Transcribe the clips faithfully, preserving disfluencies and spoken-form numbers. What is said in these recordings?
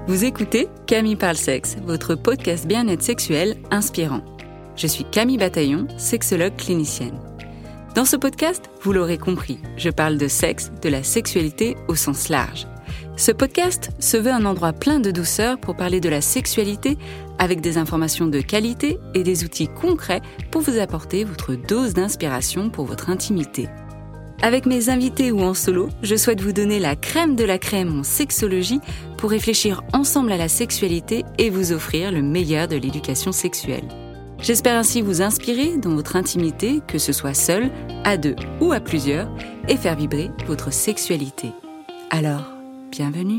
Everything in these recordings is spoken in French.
Vous écoutez Camille Parle Sexe, votre podcast bien-être sexuel inspirant. Je suis Camille Bataillon, sexologue clinicienne. Dans ce podcast, vous l'aurez compris, je parle de sexe, de la sexualité au sens large. Ce podcast se veut un endroit plein de douceur pour parler de la sexualité avec des informations de qualité et des outils concrets pour vous apporter votre dose d'inspiration pour votre intimité. Avec mes invités ou en solo, je souhaite vous donner la crème de la crème en sexologie pour réfléchir ensemble à la sexualité et vous offrir le meilleur de l'éducation sexuelle. J'espère ainsi vous inspirer dans votre intimité, que ce soit seul, à deux ou à plusieurs, et faire vibrer votre sexualité. Alors, bienvenue.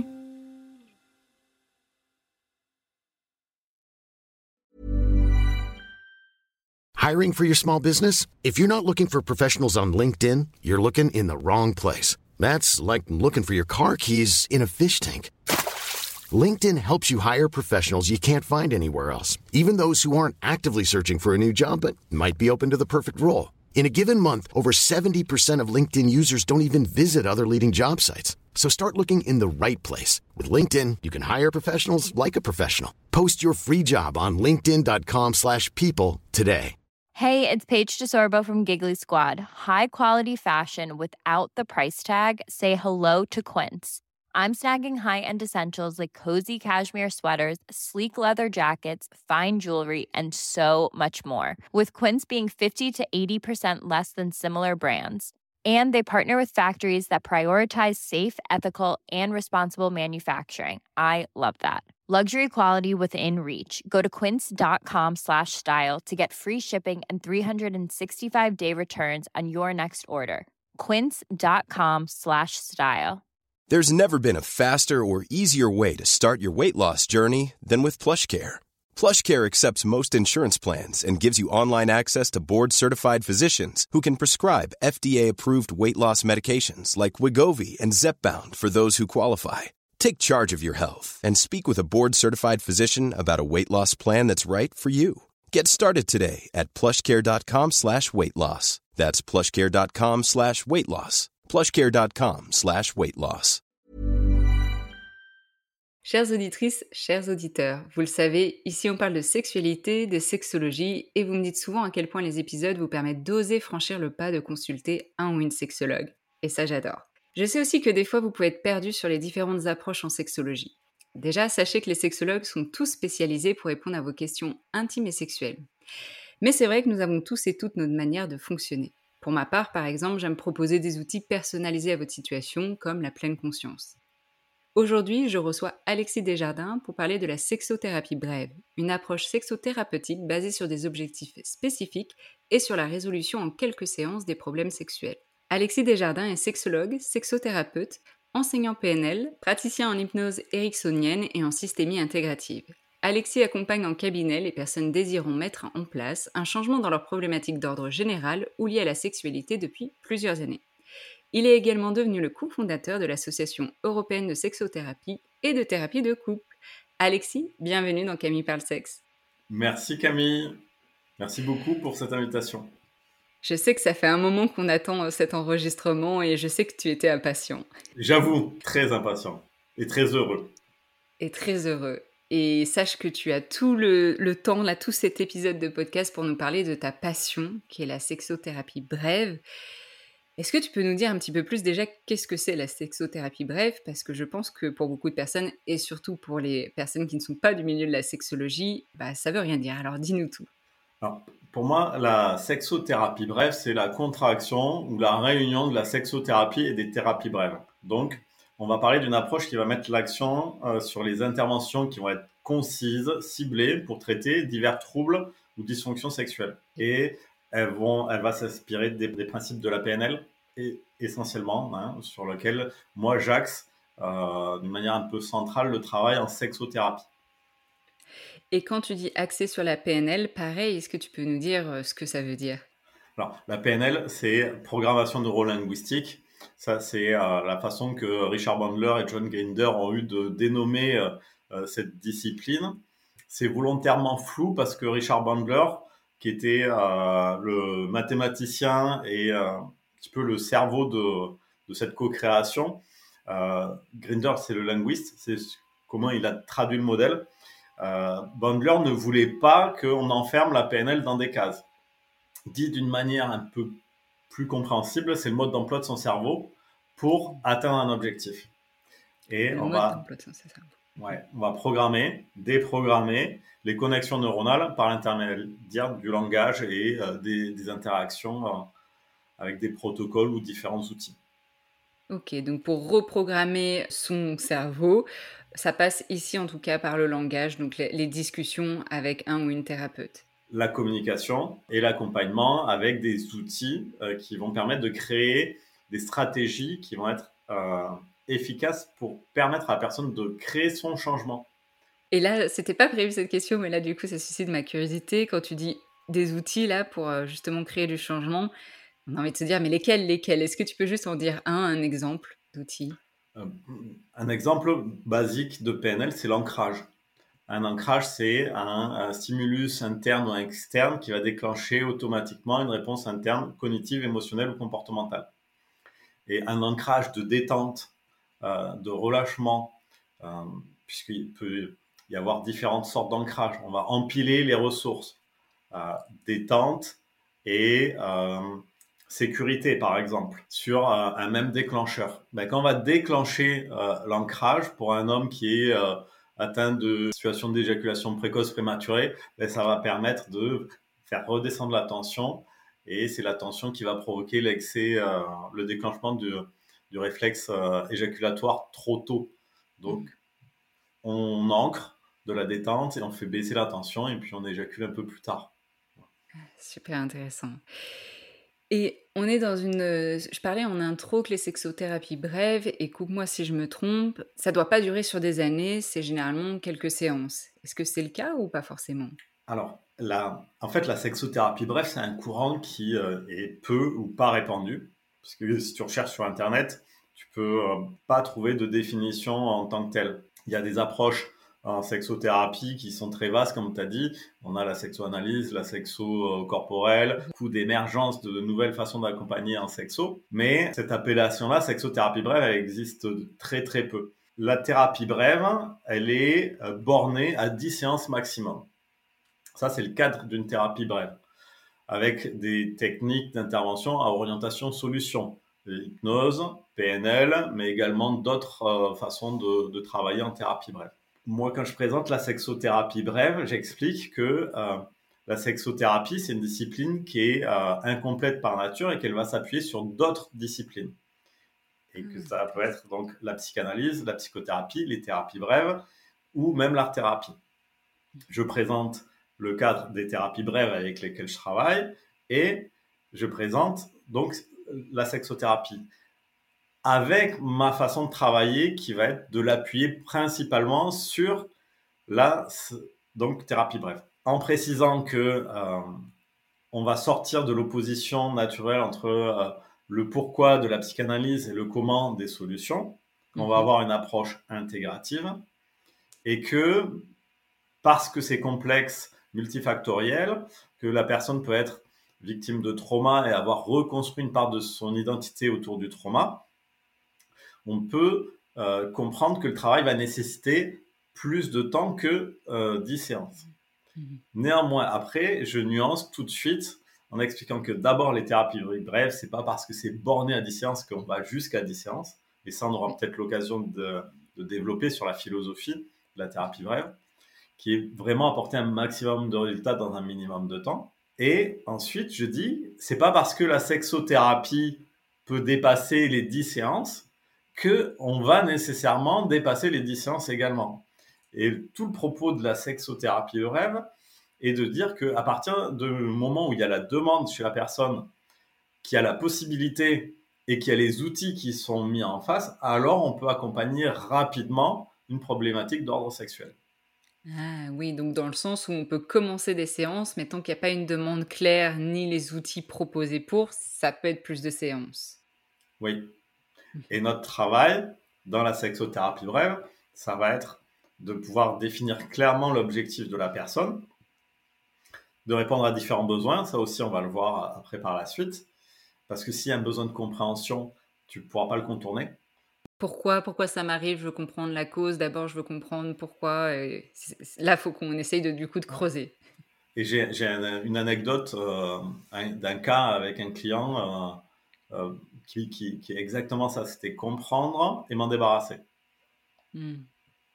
Hiring for your small business? If you're not looking for professionals on LinkedIn, you're looking in the wrong place. That's like looking for your car keys in a fish tank. LinkedIn helps you hire professionals you can't find anywhere else, even those who aren't actively searching for a new job but might be open to the perfect role. In a given month, over seventy percent of LinkedIn users don't even visit other leading job sites. So start looking in the right place. With LinkedIn, you can hire professionals like a professional. Post your free job on linkedin.com slash people today. Hey, it's Paige DeSorbo from Giggly Squad. High quality fashion without the price tag. Say hello to Quince. I'm snagging high-end essentials like cozy cashmere sweaters, sleek leather jackets, fine jewelry, and so much more. With Quince being fifty to eighty percent less than similar brands. And they partner with factories that prioritize safe, ethical, and responsible manufacturing. I love that. Luxury quality within reach. Go to quince.com slash style to get free shipping and three sixty-five day returns on your next order. Quince.com slash style. There's never been a faster or easier way to start your weight loss journey than with PlushCare. PlushCare accepts most insurance plans and gives you online access to board-certified physicians who can prescribe F D A-approved weight loss medications like Wegovy and Zepbound for those who qualify. Take charge of your health and speak with a board-certified physician about a weight loss plan that's right for you. Get started today at plushcare.com slash weight loss. That's plushcare.com slash weight loss. plushcare.com slash weight loss. Chères auditrices, chers auditeurs, vous le savez, ici on parle de sexualité, de sexologie, et vous me dites souvent à quel point les épisodes vous permettent d'oser franchir le pas de consulter un ou une sexologue. Et ça, j'adore. Je sais aussi que des fois, vous pouvez être perdu sur les différentes approches en sexologie. Déjà, sachez que les sexologues sont tous spécialisés pour répondre à vos questions intimes et sexuelles. Mais c'est vrai que nous avons tous et toutes notre manière de fonctionner. Pour ma part, par exemple, j'aime proposer des outils personnalisés à votre situation, comme la pleine conscience. Aujourd'hui, je reçois Alexis Desjardins pour parler de la sexothérapie brève, une approche sexothérapeutique basée sur des objectifs spécifiques et sur la résolution en quelques séances des problèmes sexuels. Alexis Desjardins est sexologue, sexothérapeute, enseignant P N L, praticien en hypnose ericksonienne et en systémie intégrative. Alexis accompagne en cabinet les personnes désirant mettre en place un changement dans leurs problématiques d'ordre général ou liées à la sexualité depuis plusieurs années. Il est également devenu le cofondateur de l'Association européenne de sexothérapie et de thérapie de couple. Alexis, bienvenue dans Camille Parle Sexe. Merci Camille, merci beaucoup pour cette invitation. Je sais que ça fait un moment qu'on attend cet enregistrement et je sais que tu étais impatient. J'avoue, très impatient et très heureux. Et très heureux. Et sache que tu as tout le, le temps, là, tout cet épisode de podcast pour nous parler de ta passion, qui est la sexothérapie brève. Est-ce que tu peux nous dire un petit peu plus déjà qu'est-ce que c'est la sexothérapie brève ? Parce que je pense que pour beaucoup de personnes, et surtout pour les personnes qui ne sont pas du milieu de la sexologie, bah, ça veut rien dire. Alors dis-nous tout. Alors, pour moi, la sexothérapie brève, c'est la contraction ou la réunion de la sexothérapie et des thérapies brèves. Donc, on va parler d'une approche qui va mettre l'accent euh, sur les interventions qui vont être concises, ciblées pour traiter divers troubles ou dysfonctions sexuelles. Et elles vont, elle va s'inspirer des, des principes de la P N L, et essentiellement, hein, sur lequel moi j'axe euh, d'une manière un peu centrale le travail en sexothérapie. Et quand tu dis axé sur la P N L, pareil, est-ce que tu peux nous dire ce que ça veut dire ? Alors, la P N L, c'est programmation neurolinguistique. Ça, c'est euh, la façon que Richard Bandler et John Grinder ont eu de dénommer euh, cette discipline. C'est volontairement flou parce que Richard Bandler, qui était euh, le mathématicien et euh, un petit peu le cerveau de, de cette co-création, euh, Grinder, c'est le linguiste, c'est comment il a traduit le modèle. Euh, Bandler ne voulait pas qu'on enferme la P N L dans des cases. Dit d'une manière un peu plus compréhensible, c'est le mode d'emploi de son cerveau pour atteindre un objectif. Et Le on mode va, d'emploi de son cerveau. ouais, on va programmer, déprogrammer les connexions neuronales par l'intermédiaire du langage et euh, des, des interactions euh, avec des protocoles ou différents outils. Ok, donc pour reprogrammer son cerveau, ça passe ici en tout cas par le langage, donc les, les discussions avec un ou une thérapeute. La communication et l'accompagnement avec des outils euh, qui vont permettre de créer des stratégies qui vont être euh, efficaces pour permettre à la personne de créer son changement. Et là, c'était pas prévu cette question, mais là, du coup, ça suscite ma curiosité. Quand tu dis des outils là pour euh, justement créer du changement, on a envie de se dire, mais lesquels, lesquels? Est-ce que tu peux juste en dire un, un exemple d'outil? Euh, un exemple basique de P N L, c'est l'ancrage. Un ancrage, c'est un, un stimulus interne ou externe qui va déclencher automatiquement une réponse interne cognitive, émotionnelle ou comportementale. Et un ancrage de détente, euh, de relâchement, euh, puisqu'il peut y avoir différentes sortes d'ancrage. On va empiler les ressources. Euh, détente et euh, sécurité, par exemple, sur euh, un même déclencheur. Ben, quand on va déclencher euh, l'ancrage pour un homme qui est euh, atteint de situation d'éjaculation précoce prématurée, ben, ça va permettre de faire redescendre la tension et c'est la tension qui va provoquer l'excès, euh, le déclenchement du, du réflexe euh, éjaculatoire trop tôt. Donc, on ancre de la détente et on fait baisser la tension et puis on éjacule un peu plus tard. Super intéressant. Et on est dans une... euh, Je parlais en intro que les sexothérapies brèves, et coupe-moi si je me trompe, ça doit pas durer sur des années, c'est généralement quelques séances. Est-ce que c'est le cas ou pas forcément? Alors, la, en fait, la sexothérapie bref, c'est un courant qui euh, est peu ou pas répandu. Parce que si tu recherches sur Internet, tu peux euh, pas trouver de définition en tant que telle. Il y a des approches en sexothérapie qui sont très vastes, comme tu as dit. On a la sexoanalyse, la sexo-corporelle, beaucoup d'émergence de nouvelles façons d'accompagner en sexo. Mais cette appellation-là, sexothérapie brève, elle existe très très peu. La thérapie brève, elle est euh, bornée à dix séances maximum. Ça, c'est le cadre d'une thérapie brève, avec des techniques d'intervention à orientation solution, l'hypnose, P N L, mais également d'autres euh, façons de, de travailler en thérapie brève. Moi, quand je présente la sexothérapie brève, j'explique que euh, la sexothérapie, c'est une discipline qui est euh, incomplète par nature et qu'elle va s'appuyer sur d'autres disciplines. Et que ça peut être donc la psychanalyse, la psychothérapie, les thérapies brèves ou même l'art-thérapie. Je présente le cadre des thérapies brèves avec lesquelles je travaille et je présente donc la sexothérapie avec ma façon de travailler qui va être de l'appuyer principalement sur la donc thérapie brève, en précisant que euh, on va sortir de l'opposition naturelle entre euh, le pourquoi de la psychanalyse et le comment des solutions. On va avoir une approche intégrative et que parce que c'est complexe, multifactoriel, que la personne peut être victime de trauma et avoir reconstruit une part de son identité autour du trauma, on peut euh, comprendre que le travail va nécessiter plus de temps que euh, dix séances. Mmh. Néanmoins, après, je nuance tout de suite en expliquant que d'abord, les thérapies brèves, c'est pas parce que c'est borné à dix séances qu'on va jusqu'à dix séances. Et ça, on aura peut-être l'occasion de, de développer sur la philosophie de la thérapie brève, qui est vraiment apporter un maximum de résultats dans un minimum de temps. Et ensuite, je dis, c'est pas parce que la sexothérapie peut dépasser les dix séances qu'on va nécessairement dépasser les dix séances également. Et tout le propos de la sexothérapie brève est de dire qu'à partir du moment où il y a la demande chez la personne, qui a la possibilité et qui a les outils qui sont mis en face, alors on peut accompagner rapidement une problématique d'ordre sexuel. Ah oui, donc dans le sens où on peut commencer des séances, mais tant qu'il n'y a pas une demande claire ni les outils proposés pour, ça peut être plus de séances. Oui. Et notre travail dans la sexothérapie brève, ça va être de pouvoir définir clairement l'objectif de la personne, de répondre à différents besoins. Ça aussi, on va le voir après par la suite. Parce que s'il y a un besoin de compréhension, tu ne pourras pas le contourner. Pourquoi pourquoi ça m'arrive? Je veux comprendre la cause. D'abord, je veux comprendre pourquoi et c c là, faut qu'on essaye de du coup de Ouais. creuser. Et j'ai j'ai un une anecdote, heu, un d'un cas avec un client, heu heu, qui qui qui est exactement ça. C'était comprendre et m'en débarrasser. Mmh.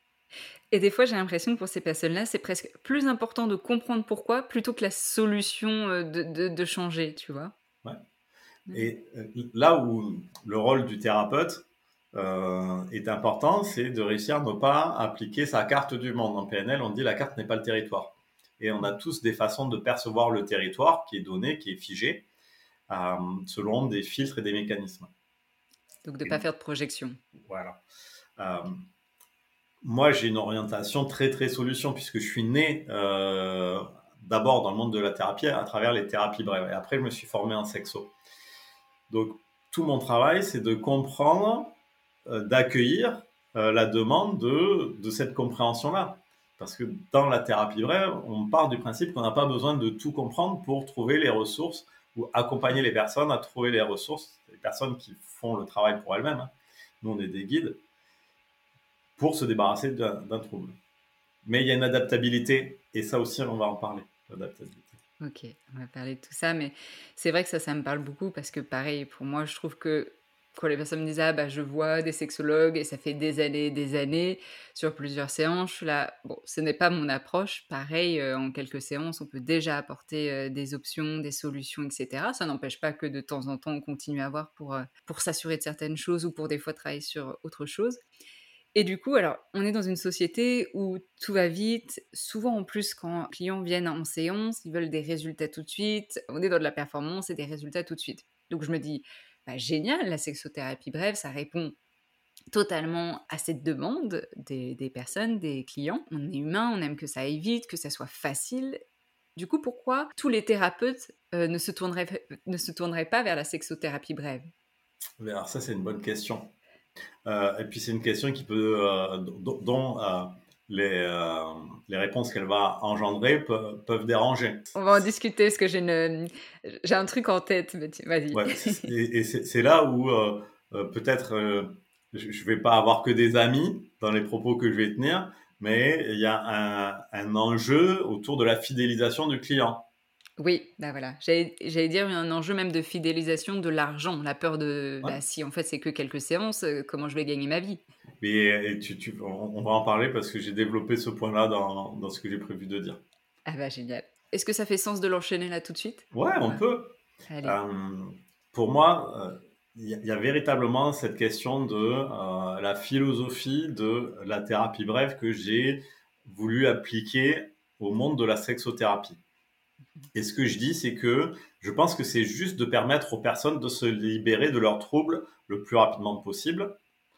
Et des fois, j'ai l'impression que pour ces personnes-là, c'est presque plus important de comprendre pourquoi, plutôt que la solution, heu, de de de changer, tu vois? Ouais. Mmh. Et heu, là où le rôle du thérapeute, heu, est important, c'est de réussir à ne pas appliquer sa carte du monde. En P N L, on dit: «La carte n'est pas le territoire» et on a Mmh. tous des façons de percevoir le territoire qui est donné, qui est figé, hem, selon des filtres et des mécanismes. Donc de Et pas faire de projection. voilà. Hem, Moi, j'ai une orientation très, très solution puisque je suis né, heu, d'abord dans le monde de la thérapie à travers les thérapies brèves et après je me suis formé en sexo. Donc tout mon travail, c'est de comprendre, heu, d'accueillir, heu, la demande de de cette compréhension-là. Parce que dans la thérapie brève, on part du principe qu'on n'a pas besoin de tout comprendre pour trouver les ressources ou accompagner les personnes à trouver les ressources, les personnes qui font le travail pour elles-mêmes, hein. Nous, on est des guides pour se débarrasser d'un d'un trouble. Mais il y a une adaptabilité et ça aussi, on va en parler, l'adaptabilité. OK, on va parler de tout ça, mais c'est vrai que ça, ça me parle beaucoup parce que pareil, pour moi, je trouve que quand les personnes me disent: «Ah bah, je vois des sexologues et ça fait des années et des années sur plusieurs séances», je suis là: «Bon, ce n'est pas mon approche». Pareil, heu, en quelques séances, on peut déjà apporter, heu, des options, des solutions et cetera. Ça n'empêche pas que de temps en temps, on continue à voir pour, heu, pour s'assurer de certaines choses ou pour des fois travailler sur autre chose. Et du coup, alors, on est dans une société où tout va vite. Souvent, en plus, quand les clients viennent en séance, ils veulent des résultats tout de suite. On est dans de la performance et des résultats tout de suite. Donc, je me dis, bah, génial, la sexothérapie brève, ça répond totalement à cette demande des, des personnes, des clients. On est humain, on aime que ça aille vite, que ça soit facile. Du coup, pourquoi tous les thérapeutes euh, ne, se tourneraient, ne se tourneraient pas vers la sexothérapie brève? Mais alors ça, c'est une bonne question. Euh, et puis c'est une question qui peut, euh, dont, dont, euh, les, euh, les réponses qu'elle va engendrer peuvent, peuvent déranger. On va en discuter parce que j'ai une, j'ai un truc en tête. Mais tu- Vas-y. Ouais, c'est- et et c'est c'est là où euh, euh, peut-être euh, je ne vais pas avoir que des amis dans les propos que je vais tenir, mais il y a un, un enjeu autour de la fidélisation du client. Oui, bah, voilà. J'allais j'allais dire un enjeu même de fidélisation de l'argent, la peur de, Ouais. bah, si en fait c'est que quelques séances, heu, comment je vais gagner ma vie? Et, et tu, tu, on, on va en parler parce que j'ai développé ce point-là dans, dans ce que j'ai prévu de dire. Ah bah, génial. Est-ce que ça fait sens de l'enchaîner là tout de suite? Ouais, Ou on pas? peut. Allez. Euh, pour moi, euh, il y, a il y a véritablement cette question de euh, la philosophie de la thérapie brève que j'ai voulu appliquer au monde de la sexothérapie. Et ce que je dis, c'est que je pense que c'est juste de permettre aux personnes de se libérer de leurs troubles le plus rapidement possible.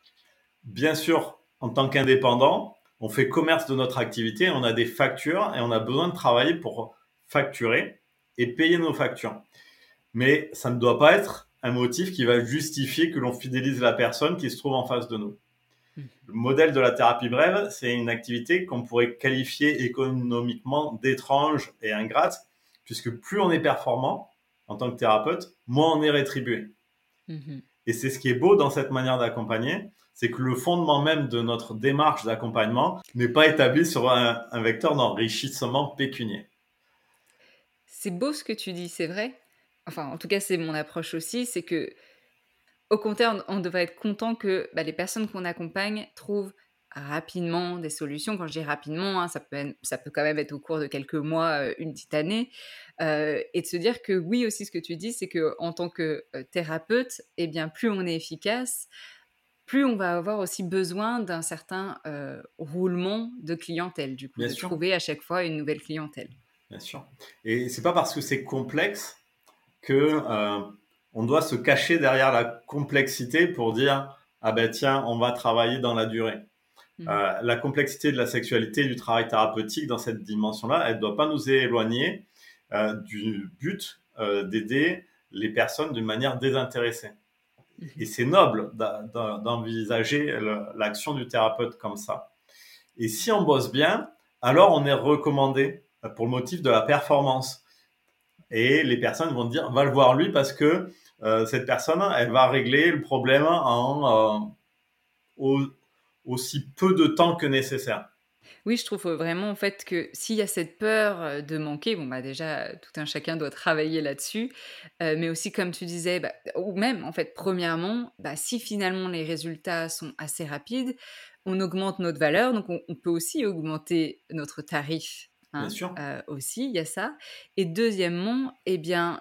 Bien sûr, en tant qu'indépendant, on fait commerce de notre activité, on a des factures et on a besoin de travailler pour facturer et payer nos factures. Mais ça ne doit pas être un motif qui va justifier que l'on fidélise la personne qui se trouve en face de nous. Mmh. Le modèle de la thérapie brève, c'est une activité qu'on pourrait qualifier économiquement d'étrange et ingrate, puisque plus on est performant en tant que thérapeute, moins on est rétribué. Mmh. Et c'est ce qui est beau dans cette manière d'accompagner, c'est que le fondement même de notre démarche d'accompagnement n'est pas établi sur un, un vecteur d'enrichissement pécunier. C'est beau ce que tu dis, c'est vrai. Enfin, en tout cas, c'est mon approche aussi, c'est que au contraire, on on devrait être content que, bah, les personnes qu'on accompagne trouvent rapidement des solutions. Quand je dis rapidement, hein, ça peut être ça peut quand même être au cours de quelques mois, heu, une petite année, heu et de se dire que oui, aussi, ce que tu dis, c'est qu'en tant que, heu, thérapeute et bien, plus on est efficace, plus on va avoir aussi besoin d'un certain, heu, roulement de clientèle, du coup, Bien de sûr, trouver à chaque fois une nouvelle clientèle. bien sûr. Et c'est pas parce que c'est complexe que euh, on doit se cacher derrière la complexité pour dire ah ben tiens, on va travailler dans la durée. Mmh. Euh, la complexité de la sexualité, du travail thérapeutique dans cette dimension-là, elle ne doit pas nous éloigner euh, du but euh, d'aider les personnes d'une manière désintéressée. Et Mmh. c'est noble d'envisager l'action du thérapeute comme ça. Et si on bosse bien, alors on est recommandé pour le motif de la performance. Et les personnes vont dire, va le voir lui parce que euh, cette personne, elle va régler le problème en, euh, au, aussi peu de temps que nécessaire. Oui, je trouve, heu, vraiment en fait que s'il y a cette peur, heu, de manquer, bon, bah, déjà, heu, tout un chacun doit travailler là-dessus, heu, mais aussi comme tu disais, bah, ou même en fait, premièrement, bah, si finalement les résultats sont assez rapides, on augmente notre valeur, donc on on peut aussi augmenter notre tarif, Bien hein, sûr. heu, aussi, il y a ça et deuxièmement, et bien,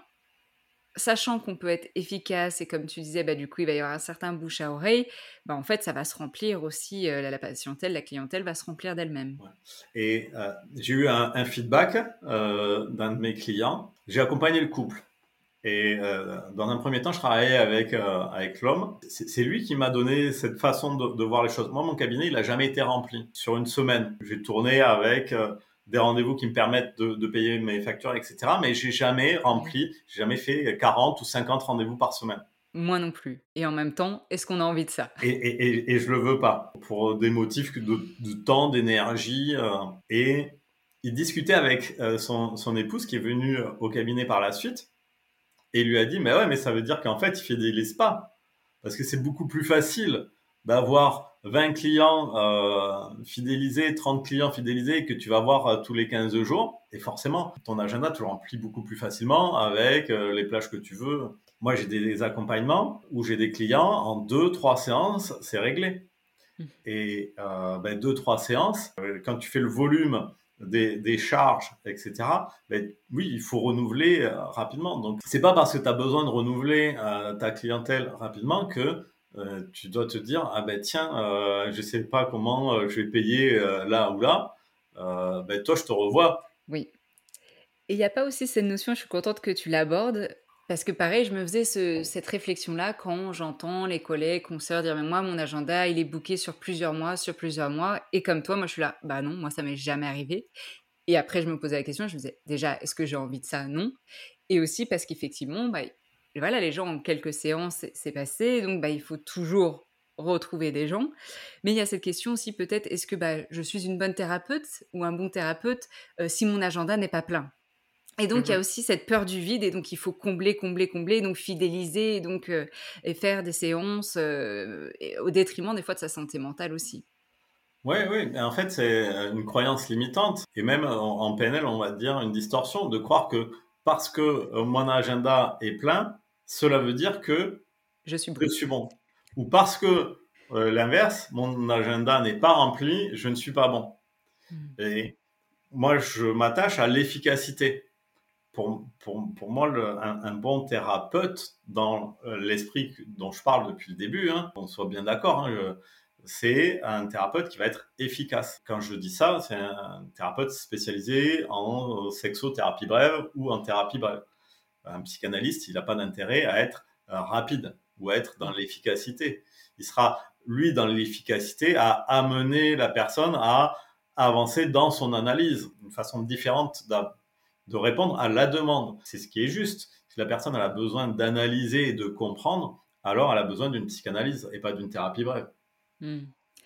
sachant qu'on peut être efficace et comme tu disais, bah, du coup, il va y avoir un certain bouche à oreille, bah, en fait, ça va se remplir aussi, heu, la la patientèle, la clientèle va se remplir d'elle-même. Ouais. Et euh, j'ai eu un, un feedback euh, d'un de mes clients. J'ai accompagné le couple. Et euh, dans un premier temps, je travaillais avec euh, avec l'homme. C'est, c'est lui qui m'a donné cette façon de, de voir les choses. Moi, mon cabinet, il a jamais été rempli sur une semaine. J'ai tourné avec euh, des rendez-vous qui me permettent de, de payer mes factures, et cetera. Mais j'ai jamais Oui. rempli, j'ai jamais fait quarante ou cinquante rendez-vous par semaine. Moi non plus et en même temps, est-ce qu'on a envie de ça? Et, et, et, et je le veux pas pour des motifs de, de temps, d'énergie. Euh, et il discutait avec euh, son, son épouse qui est venue au cabinet par la suite. Et il lui a dit, mais ouais, mais ça veut dire qu'en fait, il fidélise pas. Parce que c'est beaucoup plus facile d'avoir vingt clients euh, fidélisés, trente clients fidélisés et que tu vas voir euh, tous les quinze jours. Et forcément, ton agenda, tu le remplis beaucoup plus facilement avec euh, les plages que tu veux. Moi, j'ai des, des accompagnements où j'ai des clients, en deux, trois séances, c'est réglé. Mmh. Et euh, ben, deux, trois séances, euh, quand tu fais le volume des, des charges, et cetera, ben, oui, il faut renouveler euh, rapidement. Donc, c'est pas parce que tu as besoin de renouveler euh, ta clientèle rapidement que euh, tu dois te dire, ah ben tiens, euh, je sais pas comment euh, je vais payer euh, là ou là. Euh, ben, toi, je te revois. Oui et il y a pas aussi cette notion, je suis contente que tu l'abordes, parce que pareil, je me faisais ce cette réflexion-là quand j'entends les collègues, consoeurs dire: «Mais moi, mon agenda, il est booké sur plusieurs mois, sur plusieurs mois» et comme toi, moi, je suis là: «Bah non, moi, ça m'est jamais arrivé» et après je me posais la question, je me disais: «Déjà, est-ce que j'ai envie de ça? Non» et aussi parce qu'effectivement, bah, voilà, les gens en quelques séances, c'est c'est passé, donc bah, il faut toujours retrouver des gens. Mais il y a cette question aussi peut-être, est-ce que, bah, je suis une bonne thérapeute ou un bon thérapeute, heu, si mon agenda n'est pas plein? Et donc il y a Mhm. aussi cette peur du vide et donc il faut combler, combler, combler, donc fidéliser et donc heu et faire des séances, heu et au détriment des fois de sa santé mentale aussi. Oui, oui, mais en fait, c'est une croyance limitante et même en, en P N L, on va dire une distorsion de croire que parce que euh, mon agenda est plein, cela veut dire que Je suis je bon. suis bon. Ou parce que euh, l'inverse, mon agenda n'est pas rempli, je ne suis pas bon. Mmh. Et moi, je m'attache à l'efficacité. Pour, pour, pour moi, le, un, un bon thérapeute, dans euh, l'esprit dont je parle depuis le début, hein, qu'on soit bien d'accord, hein, je- c'est un thérapeute qui va être efficace. Quand je dis ça, c'est un thérapeute spécialisé en sexothérapie brève ou en thérapie brève. Un psychanalyste, il n'a pas d'intérêt à être euh, rapide ou à être dans Mmh. l'efficacité. Il sera, lui, dans l'efficacité, à amener la personne à avancer dans son analyse, une façon différente d'a- de répondre à la demande. C'est ce qui est juste. Si la personne elle a besoin d'analyser et de comprendre, alors elle a besoin d'une psychanalyse et pas d'une thérapie brève. Mmh.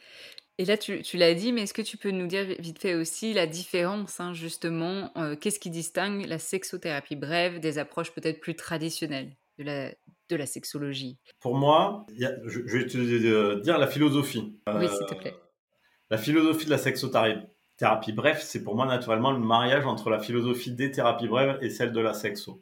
Et là, tu tu l'as dit, mais est-ce que tu peux nous dire vite fait aussi la différence, hein, justement, heu, qu'est-ce qui distingue la sexothérapie brève des approches peut-être plus traditionnelles de la de la sexologie? Pour moi, il y a- je, je vais te euh, dire la philosophie. Oui, s'il te plaît. La philosophie de la sexothérapie, thérapie brève, c'est pour moi naturellement le mariage entre la philosophie des thérapies brèves et celle de la sexo.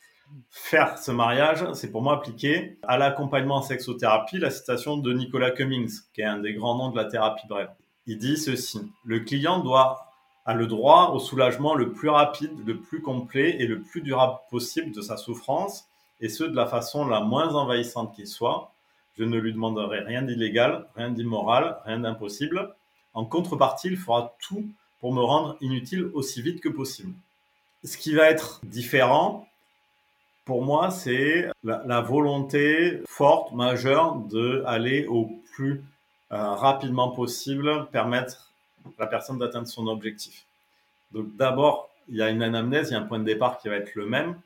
Faire ce mariage, c'est pour moi appliquer à l'accompagnement en sexothérapie la citation de Nicolas Cummings, qui est un des grands noms de la thérapie brève. Il dit ceci: le client doit a le droit au soulagement le plus rapide, le plus complet et le plus durable possible de sa souffrance, et ce de la façon la moins envahissante qui soit. Je ne lui demanderai rien d'illégal, rien d'immoral, rien d'impossible. En contrepartie, il fera tout pour me rendre inutile aussi vite que possible. Ce qui va être différent, pour moi, c'est la, la volonté forte, majeure, d'aller au plus euh, rapidement possible, permettre à la personne d'atteindre son objectif. Donc d'abord, il y a une anamnèse, il y a un point de départ qui va être le même,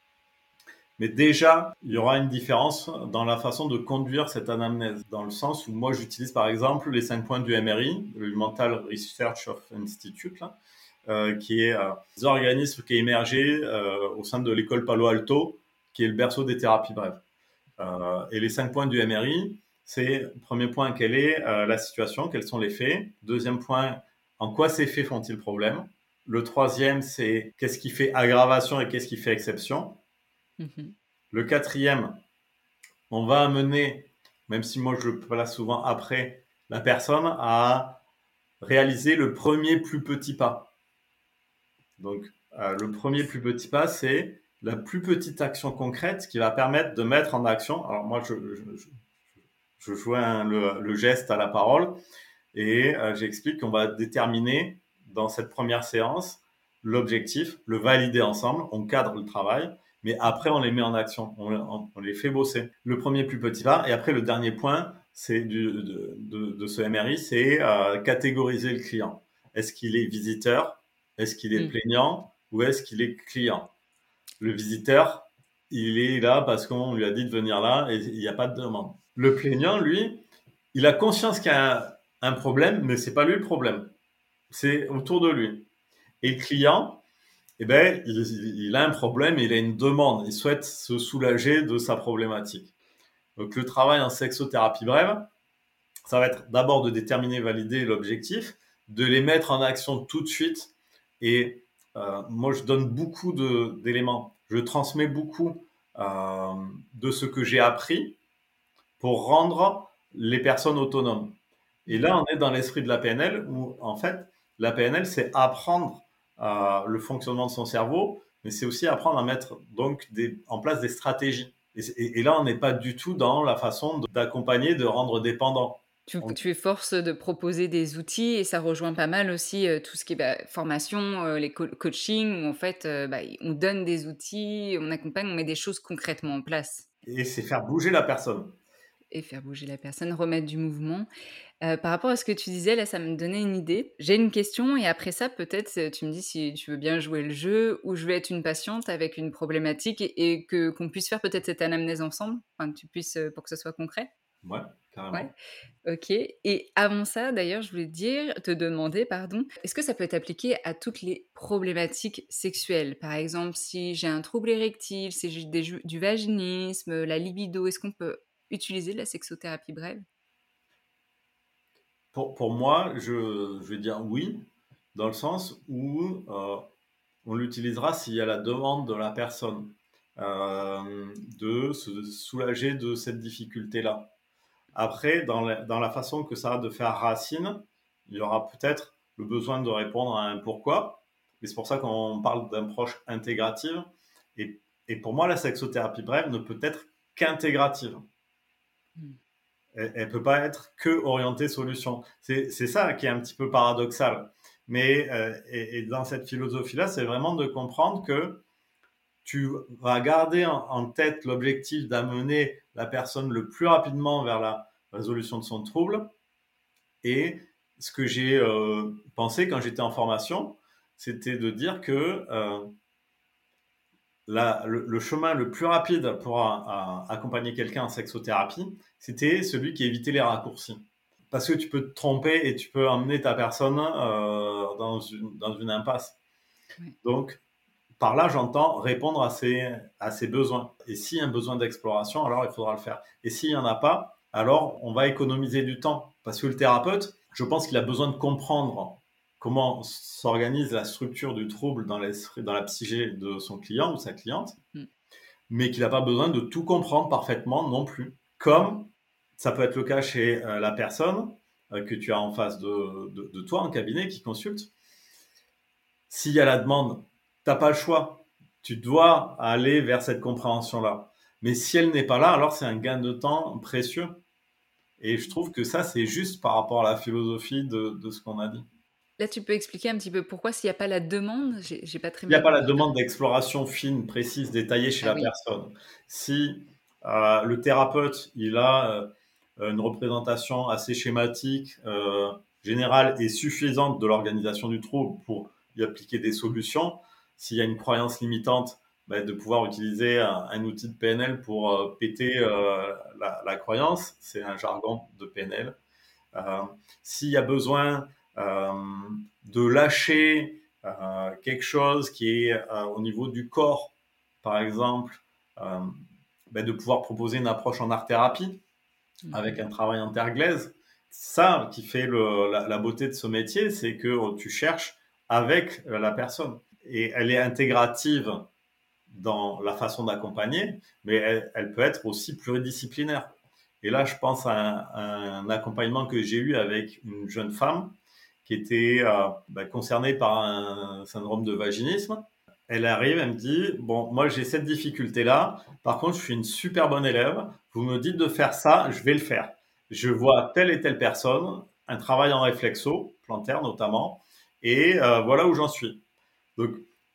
mais déjà, il y aura une différence dans la façon de conduire cette anamnèse, dans le sens où moi, j'utilise par exemple les cinq points du M R I, le Mental Research of Institute, là, euh, qui est euh, un organisme qui est émergé euh, au sein de l'école Palo Alto, qui est le berceau des thérapies brèves. Euh, et les cinq points du M R I, c'est, premier point, quelle est euh, la situation, quels sont les faits. Deuxième point, en quoi ces faits font-ils problème. Le troisième, c'est qu'est-ce qui fait aggravation et qu'est-ce qui fait exception. Mhm. Le quatrième, on va amener, même si moi je le place souvent après, la personne à réaliser le premier plus petit pas. Donc, euh, le premier plus petit pas, c'est la plus petite action concrète qui va permettre de mettre en action. Alors moi, je, je, je, je joins le, le geste à la parole et euh, j'explique qu'on va déterminer dans cette première séance l'objectif, le valider ensemble, on cadre le travail, mais après on les met en action, on, on, on les fait bosser. Le premier plus petit pas, et après le dernier point, c'est du, de, de, de ce M R I, c'est euh, catégoriser le client. Est-ce qu'il est visiteur? Est-ce qu'il est Mm. plaignant? Ou est-ce qu'il est client? Le visiteur, il est là parce qu'on lui a dit de venir là et il n'y a pas de demande. Le plaignant, lui, il a conscience qu'il y a un, un problème, mais c'est pas lui le problème. C'est autour de lui. Et le client, eh ben, il, il a un problème, il a une demande, il souhaite se soulager de sa problématique. Donc le travail en sexothérapie brève, ça va être d'abord de déterminer, valider l'objectif, de les mettre en action tout de suite. Et euh, moi, je donne beaucoup de, d'éléments. Je transmets beaucoup euh, de ce que j'ai appris pour rendre les personnes autonomes. Et là, on est dans l'esprit de la P N L où, en fait, la P N L, c'est apprendre euh, le fonctionnement de son cerveau, mais c'est aussi apprendre à mettre donc des, en place des stratégies. Et, et, et là, on n'est pas du tout dans la façon de, d'accompagner, de rendre dépendant. Tu, On- tu es force de proposer des outils et ça rejoint pas mal aussi euh, tout ce qui est bah, formation, euh, les co- coaching, où en fait euh, bah, on donne des outils, on accompagne, on met des choses concrètement en place et c'est faire bouger la personne. et faire bouger la personne, remettre du mouvement. Euh, par rapport à ce que tu disais, là, ça me donnait une idée. J'ai une question et après ça, peut-être, euh, tu me dis si tu veux bien jouer le jeu ou je vais être une patiente avec une problématique et, et que qu'on puisse faire peut-être cette anamnèse ensemble, enfin que tu puisses, euh, pour que ce soit concret. Ouais, Ouais. carrément. OK, et avant ça, d'ailleurs, je voulais te dire te demander, pardon, est-ce que ça peut être appliqué à toutes les problématiques sexuelles? Par exemple, si j'ai un trouble érectile, si j'ai des ju du vaginisme, la libido, est-ce qu'on peut utiliser la sexothérapie brève? Pour, pour moi, je, je vais dire oui, dans le sens où euh, on l'utilisera s'il y a la demande de la personne euh, de se soulager de cette difficulté-là. Après, dans la, dans la façon que ça a de faire racine, il y aura peut-être le besoin de répondre à un pourquoi. Et c'est pour ça qu'on parle d'approche intégrative. Et, et pour moi, la sexothérapie brève ne peut être qu'intégrative. Mmh. Elle ne peut pas être que orientée solution. C'est, c'est ça qui est un petit peu paradoxal. Mais euh, et, et dans cette philosophie-là, c'est vraiment de comprendre que tu vas garder en, en tête l'objectif d'amener la personne le plus rapidement vers la résolution de son trouble. Et ce que j'ai euh, pensé quand j'étais en formation, c'était de dire que euh, la, le, le chemin le plus rapide pour a, a, accompagner quelqu'un en sexothérapie, c'était celui qui évitait les raccourcis. Parce que tu peux te tromper et tu peux emmener ta personne euh, dans, une, dans une impasse. Ouais. Donc, par là, j'entends répondre à ses, à ses besoins. Et s'il y a un besoin d'exploration, alors il faudra le faire. Et s'il n'y en a pas, alors on va économiser du temps. Parce que le thérapeute, je pense qu'il a besoin de comprendre comment s'organise la structure du trouble dans, dans la psyché de son client ou sa cliente, Mmh. mais qu'il n'a pas besoin de tout comprendre parfaitement non plus. Comme ça peut être le cas chez euh, la personne euh, que tu as en face de, de, de toi en cabinet qui consulte. S'il y a la demande, tu n'as pas le choix. Tu dois aller vers cette compréhension-là. Mais si elle n'est pas là, alors c'est un gain de temps précieux. Et je trouve que ça, c'est juste par rapport à la philosophie de, de ce qu'on a dit. Là, tu peux expliquer un petit peu pourquoi s'il y a pas la demande? J'ai j'ai pas très Il n'y a bien pas la compris. demande d'exploration fine, précise, détaillée chez Ah la oui. personne. Si euh, le thérapeute, il a euh, une représentation assez schématique, euh, générale et suffisante de l'organisation du trouble pour y appliquer des solutions, s'il y a une croyance limitante, ben, de pouvoir utiliser un, un outil de P N L pour euh, péter euh, la, la croyance, c'est un jargon de P N L. Euh, s'il y a besoin euh, de lâcher euh, quelque chose qui est euh, au niveau du corps, par exemple, euh, ben de pouvoir proposer une approche en art-thérapie, avec un travail en terre-glaise. Ça qui fait le, la, la beauté de ce métier, c'est que tu cherches avec la personne. Et elle est intégrative dans la façon d'accompagner, mais elle, elle peut être aussi pluridisciplinaire. Et là, je pense à un, à un accompagnement que j'ai eu avec une jeune femme qui était euh, bah, concernée par un syndrome de vaginisme. Elle arrive, elle me dit, bon, moi j'ai cette difficulté-là, par contre je suis une super bonne élève, vous me dites de faire ça, je vais le faire. Je vois telle et telle personne, un travail en réflexo, plantaire notamment, et euh, voilà où j'en suis. Donc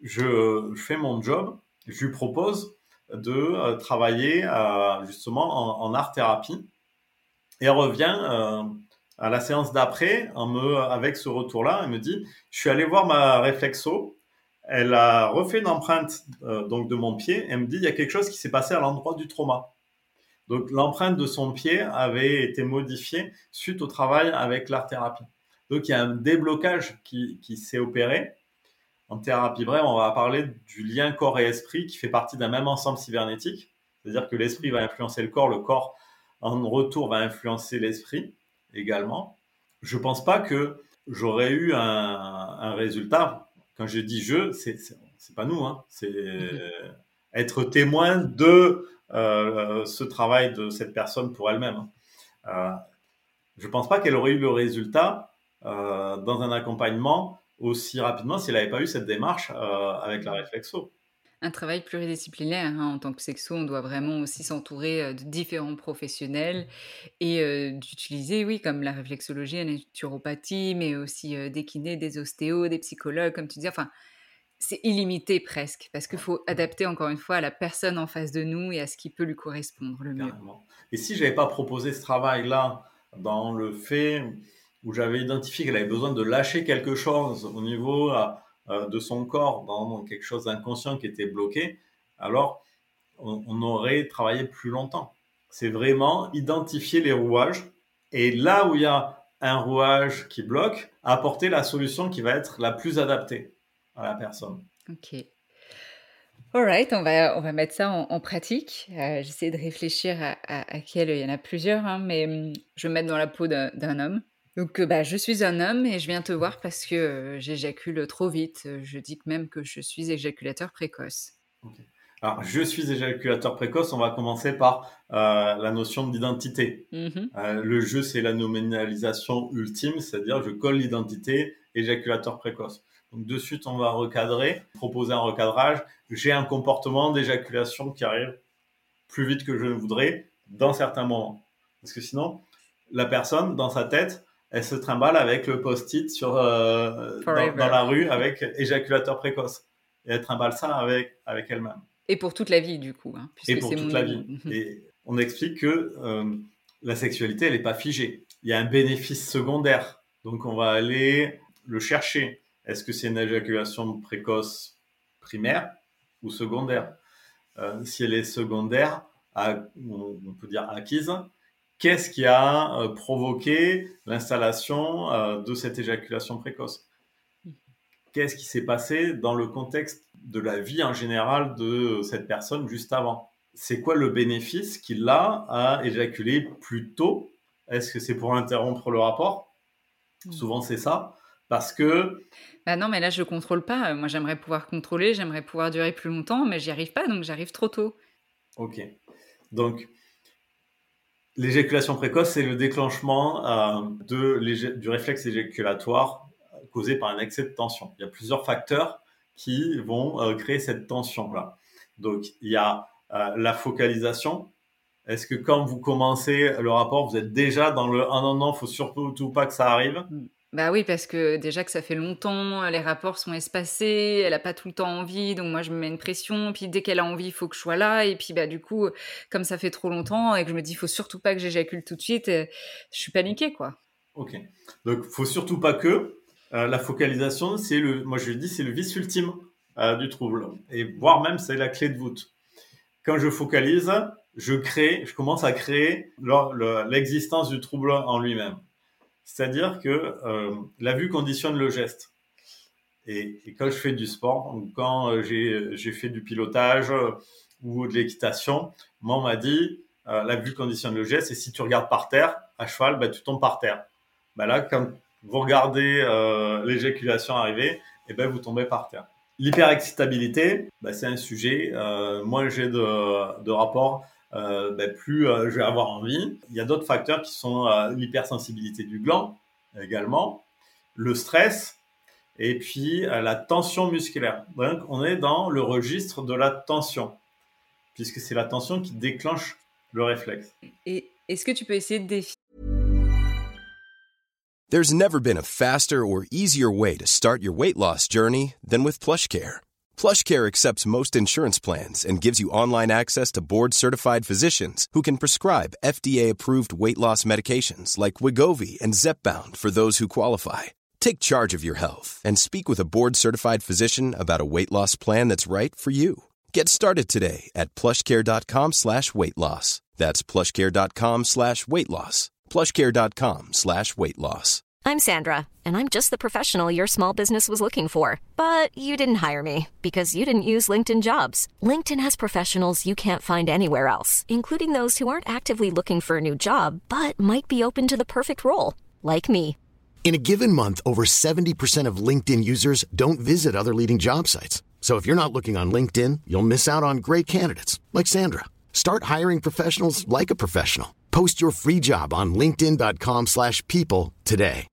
je, je fais mon job, je lui propose de euh, travailler euh, justement en, en art-thérapie, et elle revient euh, à la séance d'après en me, avec ce retour-là, elle me dit, je suis allé voir ma réflexo, elle a refait une empreinte euh, donc de mon pied. Elle me dit il y a quelque chose qui s'est passé à l'endroit du trauma. Donc l'empreinte de son pied avait été modifiée suite au travail avec l'art-thérapie. Donc il y a un déblocage qui, qui s'est opéré. En thérapie brève, on va parler du lien corps et esprit qui fait partie d'un même ensemble cybernétique. C'est-à-dire que l'esprit va influencer le corps, le corps en retour va influencer l'esprit également. Je ne pense pas que j'aurais eu un, un résultat. Quand je dis je, c'est, c'est, c'est pas nous, hein. C'est mmh. être témoin de euh, ce travail de cette personne pour elle-même. Euh, je pense pas qu'elle aurait eu le résultat euh, dans un accompagnement aussi rapidement si elle n'avait pas eu cette démarche euh, avec la réflexo. Un travail pluridisciplinaire, hein. En tant que sexo, on doit vraiment aussi s'entourer euh, de différents professionnels et euh, d'utiliser, oui, comme la réflexologie, la naturopathie, mais aussi euh, des kinés, des ostéos, des psychologues, comme tu dis. Enfin, c'est illimité presque, parce qu'il faut adapter encore une fois à la personne en face de nous et à ce qui peut lui correspondre le mieux. Carrément. Et si je n'avais pas proposé ce travail-là dans le fait où j'avais identifié qu'elle avait besoin de lâcher quelque chose au niveau euh, de son corps, dans quelque chose d'inconscient qui était bloqué, alors on, on aurait travaillé plus longtemps. C'est vraiment identifier les rouages et là où il y a un rouage qui bloque, apporter la solution qui va être la plus adaptée à la personne. Ok. Alright, on va, on va mettre ça en, en pratique. Euh, j'essaie de réfléchir à, à, à quel, il y en a plusieurs, hein, mais hum, je vais me mettre dans la peau d'un, d'un homme. Donc, euh, bah, je suis un homme et je viens te voir parce que euh, j'éjacule trop vite. Euh, Je dis même que je suis éjaculateur précoce. Okay. Alors, je suis éjaculateur précoce. On va commencer par euh, la notion d'identité. Mm-hmm. Euh, le je, c'est la nominalisation ultime, c'est-à-dire je colle l'identité éjaculateur précoce. Donc, de suite, on va recadrer, proposer un recadrage. J'ai un comportement d'éjaculation qui arrive plus vite que je ne voudrais dans certains moments. Parce que sinon, la personne, dans sa tête, elle se trimballe avec le post-it sur, euh, dans, dans la rue avec éjaculateur précoce. Et elle trimballe ça avec, avec elle-même. Et pour toute la vie, du coup. Hein, et pour c'est toute mon... la vie. Et on explique que euh, la sexualité, elle n'est pas figée. Il y a un bénéfice secondaire. Donc, on va aller le chercher. Est-ce que c'est une éjaculation précoce primaire ou secondaire ? euh, Si elle est secondaire, à, on peut dire acquise, qu'est-ce qui a euh, provoqué l'installation euh, de cette éjaculation précoce ? Qu'est-ce qui s'est passé dans le contexte de la vie en général de cette personne juste avant ? C'est quoi le bénéfice qu'il a à éjaculer plus tôt ? Est-ce que c'est pour interrompre le rapport ? mmh. Souvent, c'est ça. Parce que... Bah non, mais là, je ne contrôle pas. Moi, j'aimerais pouvoir contrôler, j'aimerais pouvoir durer plus longtemps, mais j'y arrive pas, donc j'arrive trop tôt. Ok. Donc, l'éjaculation précoce, c'est le déclenchement euh, de du réflexe éjaculatoire causé par un excès de tension. Il y a plusieurs facteurs qui vont euh, créer cette tension-là. Donc, il y a euh, la focalisation. Est-ce que quand vous commencez le rapport, vous êtes déjà dans le « ah non, non, il ne faut surtout pas que ça arrive » ? Bah oui, parce que déjà que ça fait longtemps, les rapports sont espacés, elle n'a pas tout le temps envie, donc moi je me mets une pression, puis dès qu'elle a envie, il faut que je sois là, et puis bah du coup, comme ça fait trop longtemps, et que je me dis, il faut surtout pas que j'éjacule tout de suite, je suis paniquée, quoi. Ok, donc il faut surtout pas que euh, la focalisation, c'est le, moi je dis, c'est le vice ultime euh, du trouble, et voire même c'est la clé de voûte. Quand je focalise, je crée, je commence à créer le, le, l'existence du trouble en lui-même. C'est-à-dire que euh, la vue conditionne le geste. Et, et quand je fais du sport, ou quand euh, j'ai, j'ai fait du pilotage euh, ou de l'équitation, moi on m'a dit, euh, la vue conditionne le geste, et si tu regardes par terre, à cheval, bah, tu tombes par terre. Bah, là, quand vous regardez euh, l'éjaculation arriver, et ben, vous tombez par terre. L'hyperexcitabilité, bah, c'est un sujet. Euh, moins j'ai de, de rapports, euh, bah, plus euh, je vais avoir envie. Il y a d'autres facteurs qui sont euh, l'hypersensibilité du gland également, le stress et puis euh, la tension musculaire. Donc, on est dans le registre de la tension, puisque c'est la tension qui déclenche le réflexe. Et est-ce que tu peux essayer de définir There's never been a faster or easier way to start your weight loss journey than with PlushCare. PlushCare accepts most insurance plans and gives you online access to board-certified physicians who can prescribe F D A-approved weight loss medications like Wegovy and Zepbound for those who qualify. Take charge of your health and speak with a board-certified physician about a weight loss plan that's right for you. Get started today at plushcare.com slash weight loss. That's plushcare.com slash weight loss. plushcare.com slash weight loss. I'm Sandra, and I'm just the professional your small business was looking for. But you didn't hire me because you didn't use LinkedIn Jobs. LinkedIn has professionals you can't find anywhere else, including those who aren't actively looking for a new job, but might be open to the perfect role, like me. In a given month, over seventy percent of LinkedIn users don't visit other leading job sites. So if you're not looking on LinkedIn, you'll miss out on great candidates like Sandra. Start hiring professionals like a professional. Post your free job on linkedin.com slash people today.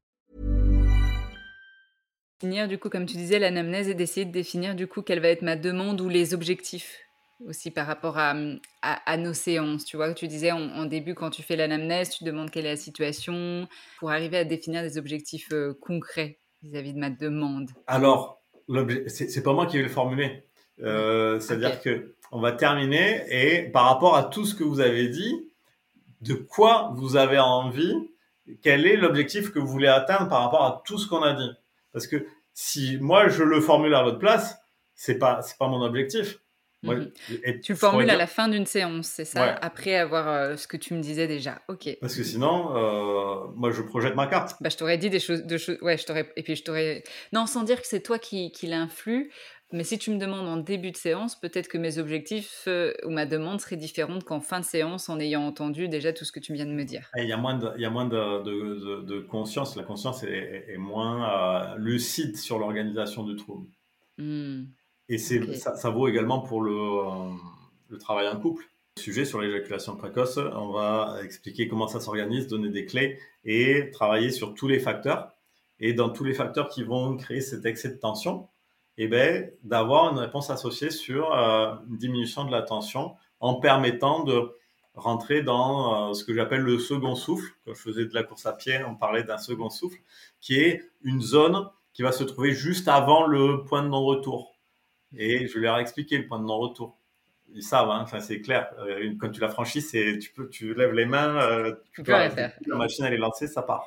Définir, du coup, comme tu disais, l'anamnèse et d'essayer de définir, du coup, quelle va être ma demande ou les objectifs aussi par rapport à, à, à nos séances. Tu vois, tu disais en, en début, quand tu fais l'anamnèse, tu demandes quelle est la situation pour arriver à définir des objectifs euh, concrets vis-à-vis de ma demande. Alors, c'est, c'est pas moi qui vais le formuler. Euh, c'est-à-dire okay. que on va terminer et par rapport à tout ce que vous avez dit, de quoi vous avez envie, quel est l'objectif que vous voulez atteindre par rapport à tout ce qu'on a dit. Parce que si moi je le formule à votre place, c'est pas c'est pas mon objectif. Moi, mmh. et tu le formules dire... à la fin d'une séance, c'est ça, ouais. Après avoir euh, ce que tu me disais déjà. Ok. Parce que sinon, euh, moi je projette ma carte. Bah je t'aurais dit des choses, de choses, ouais, je t'aurais, et puis je t'aurais, non, sans dire que c'est toi qui qui l'influe. Mais si tu me demandes en début de séance, peut-être que mes objectifs euh, ou ma demande serait différente qu'en fin de séance en ayant entendu déjà tout ce que tu viens de me dire. Il y a moins de, il y a moins de, de, de, de conscience. La conscience est, est moins euh, lucide sur l'organisation du trouble. Mmh. Et c'est, okay. ça, ça vaut également pour le, euh, le travail en couple. Sujet sur l'éjaculation précoce, on va expliquer comment ça s'organise, donner des clés et travailler sur tous les facteurs. Et dans tous les facteurs qui vont créer cet excès de tension, eh ben, d'avoir une réponse associée sur euh, une diminution de la tension en permettant de rentrer dans euh, ce que j'appelle le second souffle. Quand je faisais de la course à pied, on parlait d'un second souffle, qui est une zone qui va se trouver juste avant le point de non-retour. Et je leur ai expliqué le point de non-retour. Ils savent, hein, enfin, c'est clair. Euh, quand tu l'as franchi, c'est, tu, peux, tu lèves les mains, euh, tu peux faire. La machine elle est lancée, ça part.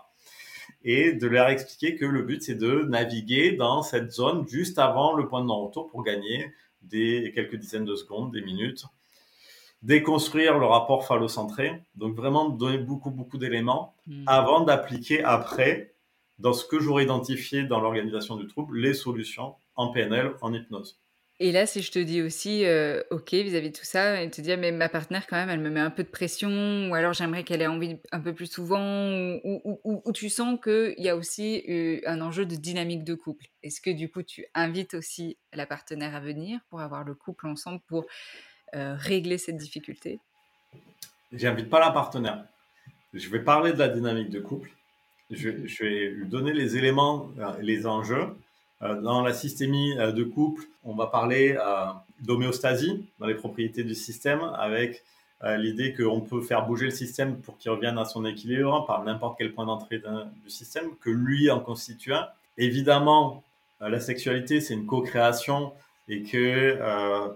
Et de leur expliquer que le but, c'est de naviguer dans cette zone juste avant le point de non-retour pour gagner des quelques dizaines de secondes, des minutes. Déconstruire le rapport phallocentré, donc vraiment donner beaucoup, beaucoup d'éléments mmh. avant d'appliquer après, dans ce que j'aurais identifié dans l'organisation du trouble, les solutions en P N L, en hypnose. Et là, si je te dis aussi, euh, ok, vis-à-vis de tout ça, et te dire, mais ma partenaire, quand même, elle me met un peu de pression, ou alors j'aimerais qu'elle ait envie un peu plus souvent, ou, ou, ou, ou tu sens qu'il y a aussi euh, un enjeu de dynamique de couple. Est-ce que du coup, tu invites aussi la partenaire à venir pour avoir le couple ensemble pour euh, régler cette difficulté ? J'invite pas la partenaire. Je vais parler de la dynamique de couple. Je, je vais lui donner les éléments, les enjeux. Dans la systémie de couple, on va parler euh, d'homéostasie dans les propriétés du système avec euh, l'idée qu'on peut faire bouger le système pour qu'il revienne à son équilibre par n'importe quel point d'entrée du système, que lui en constitue un. Évidemment, euh, la sexualité, c'est une co-création et que euh,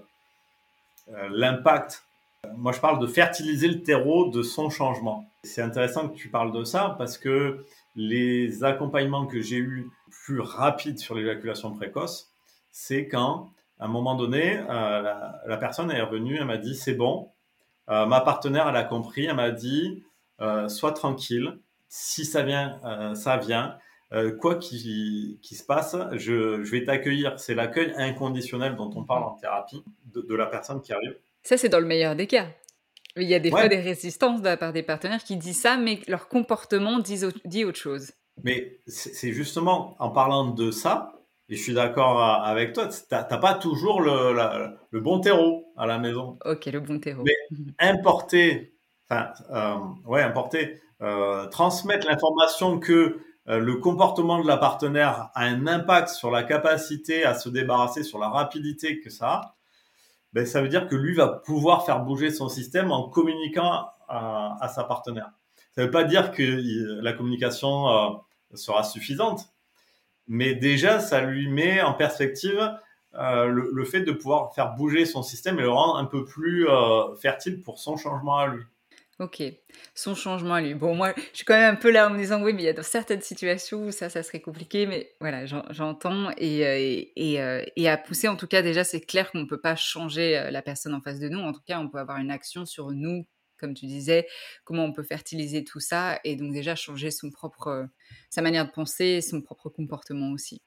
euh, l'impact, euh, moi je parle de fertiliser le terreau de son changement. C'est intéressant que tu parles de ça parce que les accompagnements que j'ai eus plus rapides sur l'éjaculation précoce, c'est quand, à un moment donné, euh, la, la personne est revenue, elle m'a dit « c'est bon ». Euh, ma partenaire, elle a compris, elle m'a dit euh, « sois tranquille, si ça vient, euh, ça vient. Euh, quoi qu'il qui se passe, je, je vais t'accueillir ». C'est l'accueil inconditionnel dont on parle en thérapie de, de la personne qui arrive. Ça, c'est dans le meilleur des cas. Il y a des fois Ouais, des résistances de la part des partenaires qui disent ça, mais leur comportement disent au dit autre chose. mais c'est c'est justement en parlant de ça, et je suis d'accord a- avec toi, t'as t'as pas toujours le, la- le bon terreau à la maison. OK, le bon Mais terreau. Mmh. importer, enfin, euh, ouais, importer, euh, transmettre l'information que euh, le comportement de la partenaire a un impact sur la capacité à se débarrasser, sur la rapidité que ça a, ben, ça veut dire que lui va pouvoir faire bouger son système en communiquant à, à sa partenaire. Ça ne veut pas dire que il- la communication euh, sera suffisante, mais déjà, ça lui met en perspective euh, le, le fait de pouvoir faire bouger son système et le rendre un peu plus euh, fertile pour son changement à lui. OK. Son changement à lui. Bon, moi, je suis quand même un peu là en me disant: «Oui, mais il y a dans certaines situations où ça, ça serait compliqué», mais voilà, j'en j'entends et heu et et heu et à pousser, en tout cas, déjà, c'est clair qu'on ne peut pas changer, heu, la personne en face de nous. En tout cas, on peut avoir une action sur nous, comme tu disais, comment on peut fertiliser tout ça et donc déjà changer son propre, heu, sa manière de penser, son propre comportement aussi.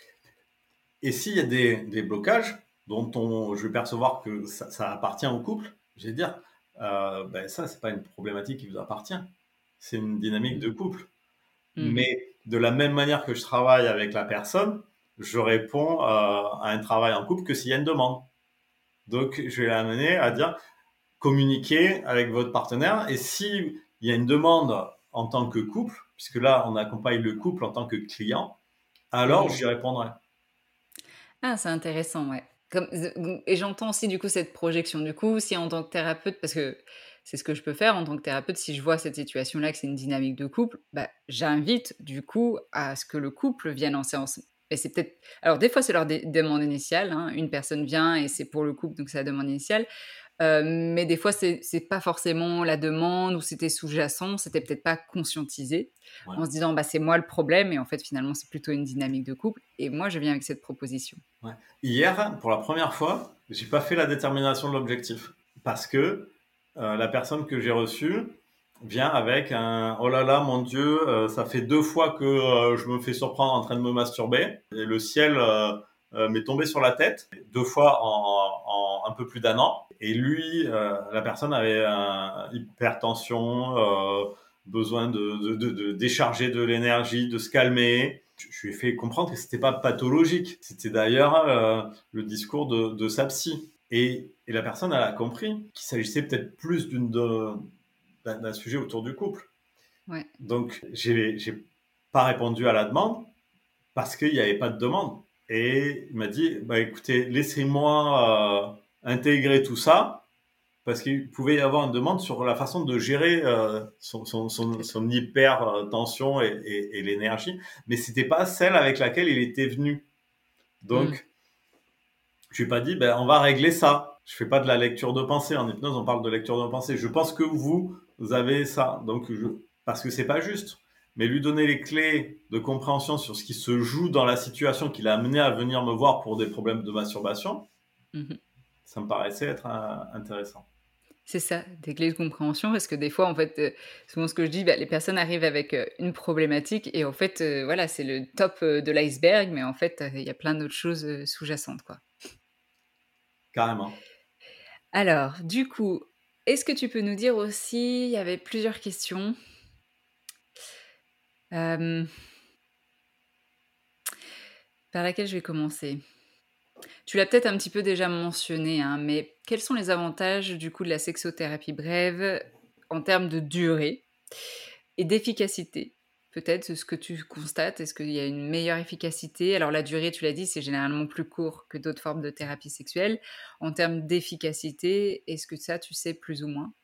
Et s'il y a des, des blocages dont on, je vais percevoir que ça, ça appartient au couple, je vais dire, euh, ben ça, c'est pas une problématique qui vous appartient. C'est une dynamique Mmh. de couple. Mmh. Mais de la même manière que je travaille avec la personne, je réponds euh, à un travail en couple que s'il y a une demande. Donc, je vais l'amener à dire, communiquer avec votre partenaire. Et s'il y a une demande en tant que couple, puisque là, on accompagne le couple en tant que client, alors Mmh. j'y répondrai. Ah, c'est intéressant, ouais. Comme z et j'entends aussi du coup cette projection. Du coup, si en tant que thérapeute parce que c'est ce que je peux faire en tant que thérapeute, si je vois cette situation-là, que c'est une dynamique de couple, bah, j'invite du coup à ce que le couple vienne en séance. Et c'est peut-être alors des fois, c'est leur dé demande initiale, hein, une personne vient et c'est pour le couple, donc c'est la demande initiale. Heu, mais des fois, c'est c'est pas forcément la demande ou c'était sous-jacent, c'était peut-être pas conscientisé, Ouais. en se disant: «Bah, c'est moi le problème» et en fait, finalement, c'est plutôt une dynamique de couple et moi, je viens avec cette proposition. Ouais. Hier, pour la première fois, j'ai pas fait la détermination de l'objectif parce que euh, la personne que j'ai reçue vient avec un oh là là mon Dieu, euh, ça fait deux fois que euh, je me fais surprendre en train de me masturber et le ciel euh, euh, m'est tombé sur la tête deux fois en, en un peu plus d'un an et lui, euh, la personne avait un hypertension, euh, besoin de, de, de, de décharger de l'énergie, de se calmer. Je lui ai fait comprendre que c'était pas pathologique. C'était d'ailleurs euh, le discours de, de sa psy. Et, et la personne, elle a compris qu'il s'agissait peut-être plus d'une de- d'un d'un sujet autour du couple. Ouais. Donc, j'ai j'ai pas répondu à la demande parce qu'il n'y avait pas de demande. Et il m'a dit, bah écoutez, laissez-moi euh, intégrer tout ça parce qu'il pouvait y avoir une demande sur la façon de gérer euh, son, son, son, Peut-être. son hyper tension et, et, et l'énergie, mais c'était pas celle avec laquelle il était venu. Mmh. Donc, je lui ai pas dit, ben, on va régler ça. Je fais pas de la lecture de pensée. En hypnose, on parle de lecture de pensée. Je pense que vous, vous avez ça. Donc, je, parce que c'est pas juste. Mais lui donner les clés de compréhension sur ce qui se joue dans la situation qui l'a amené à venir me voir pour des problèmes de masturbation, Mmh. ça me paraissait être euh, intéressant. C'est ça, des clés de compréhension parce que des fois, en fait, heu, souvent ce que je dis, bah, les personnes arrivent avec, heu, une problématique et en fait, heu, voilà, c'est le top, heu, de l'iceberg, mais en fait, heu, il y a plein d'autres choses, heu, sous-jacentes, quoi. Carrément. Alors, du coup, est-ce que tu peux nous dire aussi il y avait plusieurs questions, hem, par laquelle je vais commencer. Tu l'as peut-être un petit peu déjà mentionné, hein, mais quels sont les avantages, du coup, de la sexothérapie brève en termes de durée et d'efficacité? Peut-être, c'est ce que tu constates? Est-ce qu'il y a une meilleure efficacité? Alors la durée, tu l'as dit, c'est généralement plus court que d'autres formes de thérapie sexuelle. En termes d'efficacité, est-ce que ça, tu sais plus ou moins?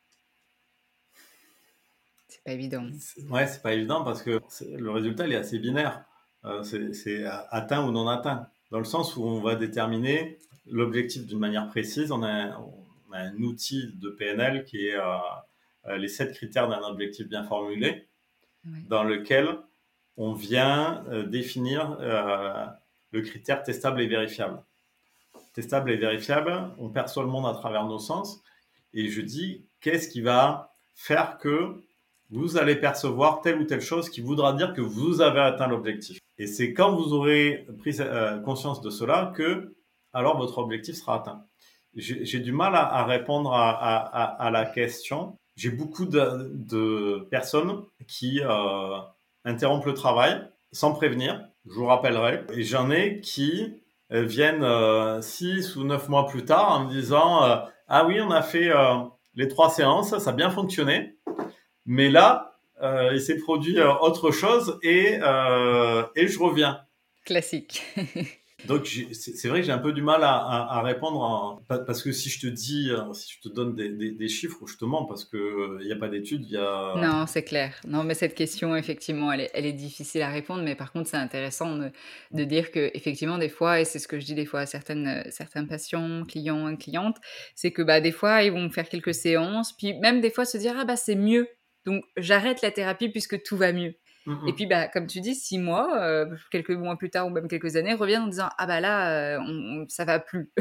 C'est pas évident. C'est- Ouais, c'est pas évident parce que c'est- le résultat il est assez binaire. Euh, c'est c'est atteint ou non atteint. Dans le sens où on va déterminer l'objectif d'une manière précise. On a, on a un outil de P N L qui est euh, euh, les sept critères d'un objectif bien formulé, Ouais. dans lequel on vient euh, définir euh, le critère testable et vérifiable. Testable et vérifiable, on perçoit le monde à travers nos sens. Et je dis, qu'est-ce qui va faire que vous allez percevoir telle ou telle chose qui voudra dire que vous avez atteint l'objectif. Et c'est quand vous aurez pris euh, conscience de cela que alors votre objectif sera atteint. j'ai, j'ai du mal à, à répondre à, à, à, à la question. J'ai beaucoup de, de personnes qui euh, interrompent le travail sans prévenir. Je vous rappellerai. Et j'en ai qui euh, viennent euh, six ou neuf mois plus tard en me disant euh, ah oui, on a fait euh, les trois séances, ça a bien fonctionné. Mais là, euh, il s'est produit euh, autre chose et, euh, et je reviens. Classique. Donc, j'ai, c'est, c'est vrai que j'ai un peu du mal à, à, à répondre en- pa- parce que si je te dis, euh, si je te donne des, des, des chiffres, je te mens parce que il n'y a pas d'études, il y a. Non, c'est clair. Non, mais cette question, effectivement, elle est, elle est difficile à répondre, mais par contre, c'est intéressant de, de dire que, effectivement, des fois, et c'est ce que je dis des fois à certaines, euh, certains patients, clients et clientes, c'est que bah, des fois, ils vont faire quelques séances, puis même des fois se dire, ah bah c'est mieux, donc j'arrête la thérapie puisque tout va mieux. Mm, Et mm. puis, bah, comme tu dis, six mois, euh, quelques mois plus tard ou même quelques années, reviennent en disant, ah bah là, euh, on, on- ça va plus.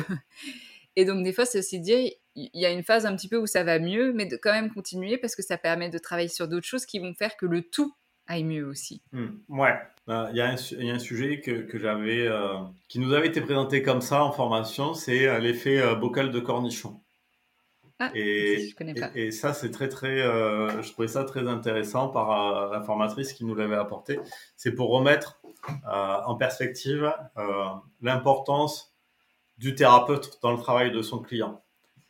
Et donc, des fois, c'est aussi dire, il y a une phase un petit peu où ça va mieux, mais de quand même continuer parce que ça permet de travailler sur d'autres choses qui vont faire que le tout aille mieux aussi. Mm. Ouais. Euh, Il y a un, su- il y a un sujet que, que j'avais, euh, qui nous avait été présenté comme ça en formation, c'est euh, l'effet euh, bocal de cornichon. Ah, ça, je Et, connais pas. et, et ça, c'est très, très, euh, je trouvais ça très intéressant par euh, la formatrice qui nous l'avait apporté. C'est pour remettre euh, en perspective euh, l'importance du thérapeute dans le travail de son client.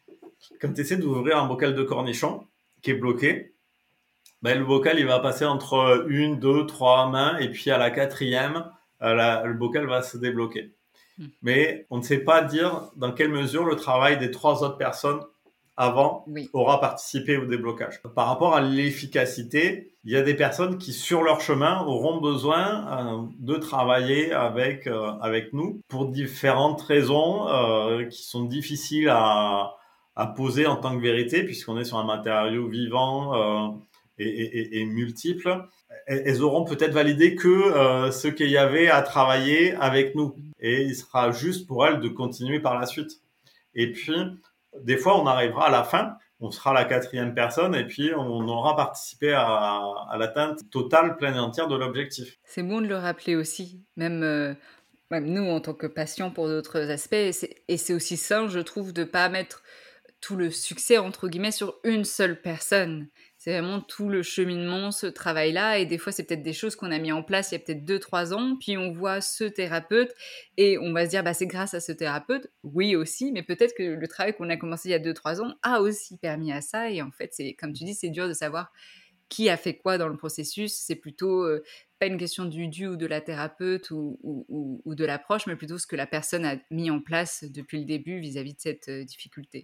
Quand tu essaies d'ouvrir un bocal de cornichons qui est bloqué, ben, le bocal, il va passer entre une, deux, trois mains, et puis à la quatrième, euh, la- le bocal va se débloquer. Hmm. Mais on ne sait pas dire dans quelle mesure le travail des trois autres personnes avant Oui. aura participé au déblocage. Par rapport à l'efficacité, il y a des personnes qui, sur leur chemin, auront besoin euh, de travailler avec, euh, avec nous pour différentes raisons euh, qui sont difficiles à, à poser en tant que vérité, puisqu'on est sur un matériau vivant euh, et, et, et multiple. Elles auront peut-être validé que euh, ce qu'il y avait à travailler avec nous. Et il sera juste pour elles de continuer par la suite. Et puis, des fois, on arrivera à la fin, on sera la quatrième personne et puis on aura participé à, à l'atteinte totale, pleine et entière de l'objectif. C'est bon de le rappeler aussi, même, euh, même nous en tant que patients pour d'autres aspects. Et c'est, et c'est aussi sain, je trouve, de pas mettre tout le succès, entre guillemets, sur une seule personne. C'est vraiment tout le cheminement, ce travail-là. Et des fois, c'est peut-être des choses qu'on a mis en place il y a peut-être deux, trois ans. Puis on voit ce thérapeute et on va se dire, bah, c'est grâce à ce thérapeute. Oui, aussi. Mais peut-être que le travail qu'on a commencé il y a deux, trois ans a aussi permis à ça. Et en fait, c'est, comme tu dis, c'est dur de savoir qui a fait quoi dans le processus. C'est plutôt euh, pas une question du du ou de la thérapeute ou, ou, ou, ou de l'approche, mais plutôt ce que la personne a mis en place depuis le début vis-à-vis de cette euh, difficulté.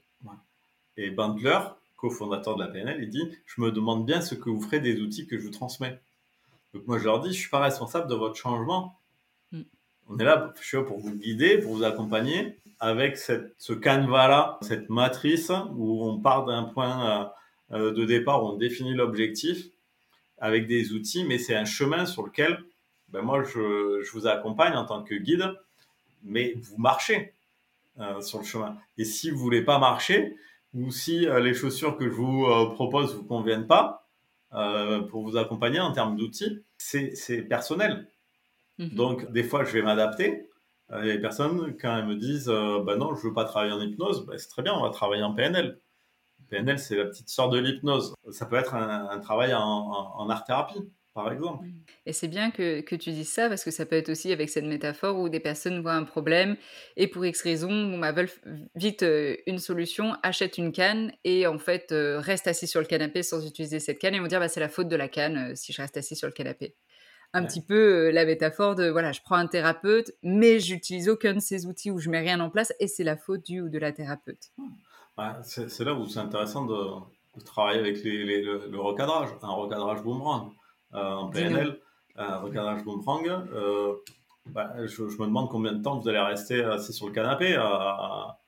Et Bandler, cofondateur de la P N L, il dit « Je me demande bien ce que vous ferez des outils que je vous transmets. » Donc moi, je leur dis « Je suis pas responsable de votre changement. Mm. On est là, je suis là pour vous guider, pour vous accompagner avec cette, ce canevas-là, cette matrice où on part d'un point euh, de départ, où on définit l'objectif avec des outils, mais c'est un chemin sur lequel ben moi, je, je vous accompagne en tant que guide, mais vous marchez euh, sur le chemin. Et si vous voulez pas marcher, ou si euh, les chaussures que je vous euh, propose vous conviennent pas, euh, pour vous accompagner en termes d'outils, c'est, c'est personnel. Mm-hmm. Donc, des fois, je vais m'adapter. Euh, Il y a des personnes, quand elles me disent euh, bah non, je veux pas travailler en hypnose, bah, c'est très bien, on va travailler en P N L. P N L, c'est la petite sœur de l'hypnose. Ça peut être un, un travail en, en, en art-thérapie, par exemple. Et c'est bien que, que tu dises ça parce que ça peut être aussi avec cette métaphore où des personnes voient un problème et pour X raison, bon, bah, veulent vite euh, une solution, achètent une canne et en fait euh, restent assis sur le canapé sans utiliser cette canne et vont dire bah, c'est la faute de la canne euh, si je reste assis sur le canapé. Un Ouais. petit peu euh, la métaphore de voilà, je prends un thérapeute mais j'utilise aucun de ces outils où je mets rien en place et c'est la faute du ou de la thérapeute. Ouais, c'est, c'est là où c'est intéressant de, de travailler avec les, les, le, le recadrage, un recadrage boomerang. Euh, en P N L, un recadrage boomerang, euh, bah, je, je me demande combien de temps vous allez rester assis sur le canapé à, à,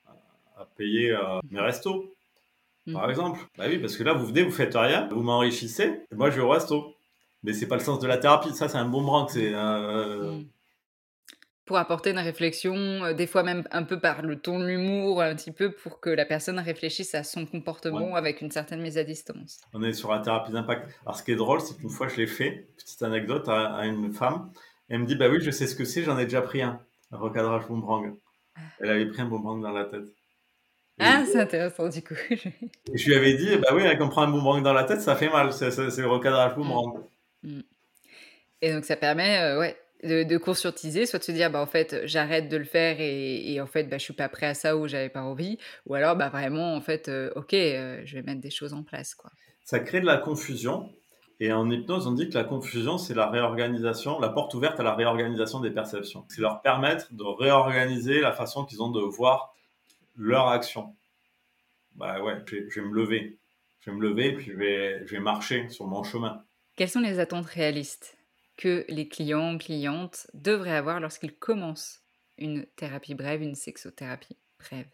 à payer euh, mes restos, par Mm-hmm. exemple. Bah oui, parce que là, vous venez, vous faites rien, vous m'enrichissez, et moi, je vais au resto. Mais c'est pas le sens de la thérapie. Ça, c'est un boomerang. C'est, euh... Mm. Pour apporter une réflexion, euh, des fois même un peu par le ton de l'humour, un petit peu pour que la personne réfléchisse à son comportement ouais. avec une certaine mise à distance. On est sur la thérapie d'impact. Alors, ce qui est drôle, c'est qu'une fois, je l'ai fait, petite anecdote, à, à une femme. Elle me dit, bah oui, je sais ce que c'est, j'en ai déjà pris un. Un recadrage boomerang. Elle avait pris un boomerang dans la tête. Ah, c'est intéressant du coup. Et je lui avais dit, bah oui, quand on prend un boomerang dans la tête, ça fait mal, c'est, c'est, c'est le recadrage Mmh. boomerang. Mmh. Et donc ça permet, heu, ouais, de de conscientiser, soit de se dire: «Bah, en fait, j'arrête de le faire et et en fait, bah, je suis pas prêt à ça ou j'avais pas envie», ou alors, bah, vraiment en fait, heu, OK, heu, je vais mettre des choses en place, quoi. Ça crée de la confusion. Et en hypnose, on dit que la confusion, c'est la réorganisation, la porte ouverte à la réorganisation des perceptions. C'est leur permettre de réorganiser la façon qu'ils ont de voir leur action. Bah ouais, je vais, je vais me lever. Je vais me lever, puis je vais, je vais marcher sur mon chemin. Quelles sont les attentes réalistes que les clients, clientes devraient avoir lorsqu'ils commencent une thérapie brève, une sexothérapie brève?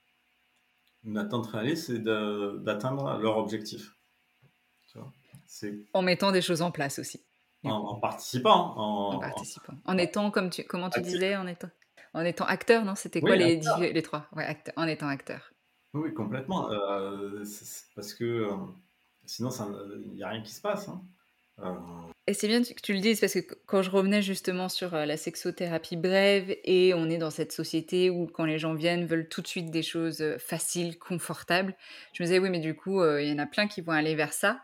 Une attente réaliste, c'est de- d'atteindre leur objectif. Tu vois, c'est En mettant des choses en place aussi, en, du coup, en participant, en en, participant. En en étant comme tu comment tu actif. disais? En étant en étant acteur, non? C'était quoi Oui, les acteur. diff les trois? Ouais, acteur en étant acteur. Oui, oui, complètement. Euh, c'est- c'est parce que euh, sinon, il n'y a rien qui se passe. Hein. Euh, Et c'est bien tu que tu le dises parce que q quand je revenais justement sur, heu, la sexothérapie brève et on est dans cette société où quand les gens viennent, veulent tout de suite des choses, heu, faciles, confortables. Je me disais: «Oui, mais du coup, heu, il y en a plein qui vont aller vers ça».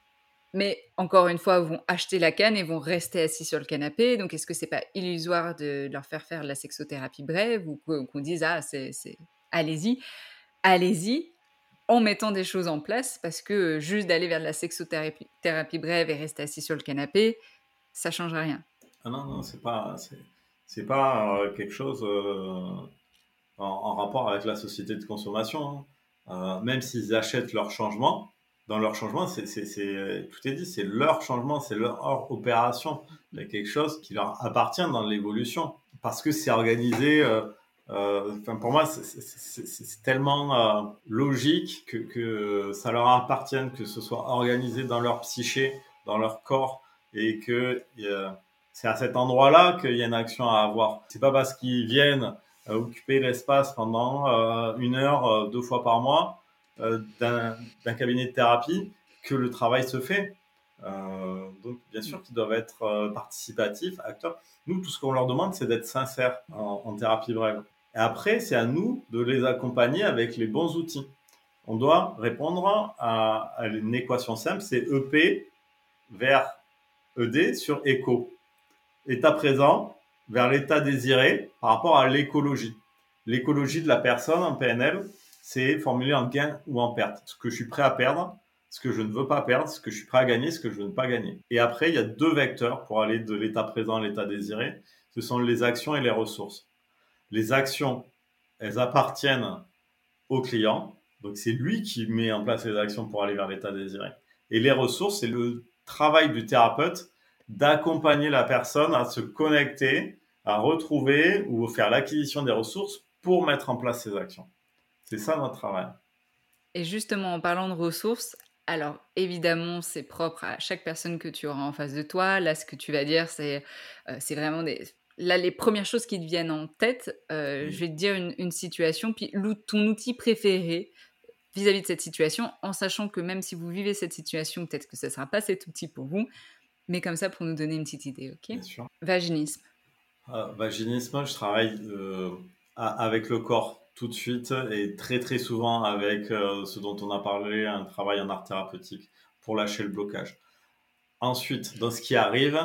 Mais encore une fois, vont acheter la canne et vont rester assis sur le canapé. Donc est-ce que c'est pas illusoire de leur faire faire de la sexothérapie brève ou que qu'on dise: «Ah c'est c'est allez-y». Allez-y, en mettant des choses en place parce que, heu, juste d'aller vers de la sexothérapie thérapie brève et rester assis sur le canapé, ça change rien. ah non, non, c'est pas, c'est, c'est pas euh, quelque chose euh, en, en rapport avec la société de consommation. Hein. Euh, même s'ils achètent leur changement, dans leur changement, c'est, c'est, c'est, tout est dit, c'est leur changement, c'est leur opération. Il y a quelque chose qui leur appartient dans l'évolution. Parce que c'est organisé, euh, euh, enfin, pour moi, c'est, c'est, c'est, c'est tellement euh, logique que, que ça leur appartienne, que ce soit organisé dans leur psyché, dans leur corps, et que euh, c'est à cet endroit-là qu'il y a une action à avoir. C'est pas parce qu'ils viennent euh, occuper l'espace pendant euh, une heure, euh, deux fois par mois euh, d'un, d'un cabinet de thérapie que le travail se fait. Euh, donc, bien sûr qu'ils doivent être euh, participatifs, acteurs. Nous, tout ce qu'on leur demande, c'est d'être sincères en, en thérapie brève. Et après, c'est à nous de les accompagner avec les bons outils. On doit répondre à, à une équation simple, c'est E P vers E D sur écho. État présent vers l'état désiré par rapport à l'écologie. L'écologie de la personne en P N L, c'est formulé en gain ou en perte. Ce que je suis prêt à perdre, ce que je ne veux pas perdre, ce que je suis prêt à gagner, ce que je ne veux pas gagner. Et après, il y a deux vecteurs pour aller de l'état présent à l'état désiré. Ce sont les actions et les ressources. Les actions, elles appartiennent au client. Donc, c'est lui qui met en place les actions pour aller vers l'état désiré. Et les ressources, c'est le travail du thérapeute d'accompagner la personne à se connecter, à retrouver ou faire l'acquisition des ressources pour mettre en place ces actions. C'est ça notre travail. Et justement, en parlant de ressources, alors évidemment, c'est propre à chaque personne que tu auras en face de toi. Là, ce que tu vas dire, c'est, heu, c'est vraiment des là, les premières choses qui te viennent en tête, heu, je vais te dire une une situation, puis l'out ton outil préféré vis-à-vis de cette situation, en sachant que même si vous vivez cette situation, peut-être que ça ne sera pas cet outil pour vous, mais comme ça pour nous donner une petite idée, OK? Bien sûr. Vaginisme. Euh, vaginisme, je travaille euh, à- avec le corps tout de suite et très très souvent avec euh, ce dont on a parlé, un travail en art thérapeutique pour lâcher le blocage. Ensuite, dans ce qui arrive,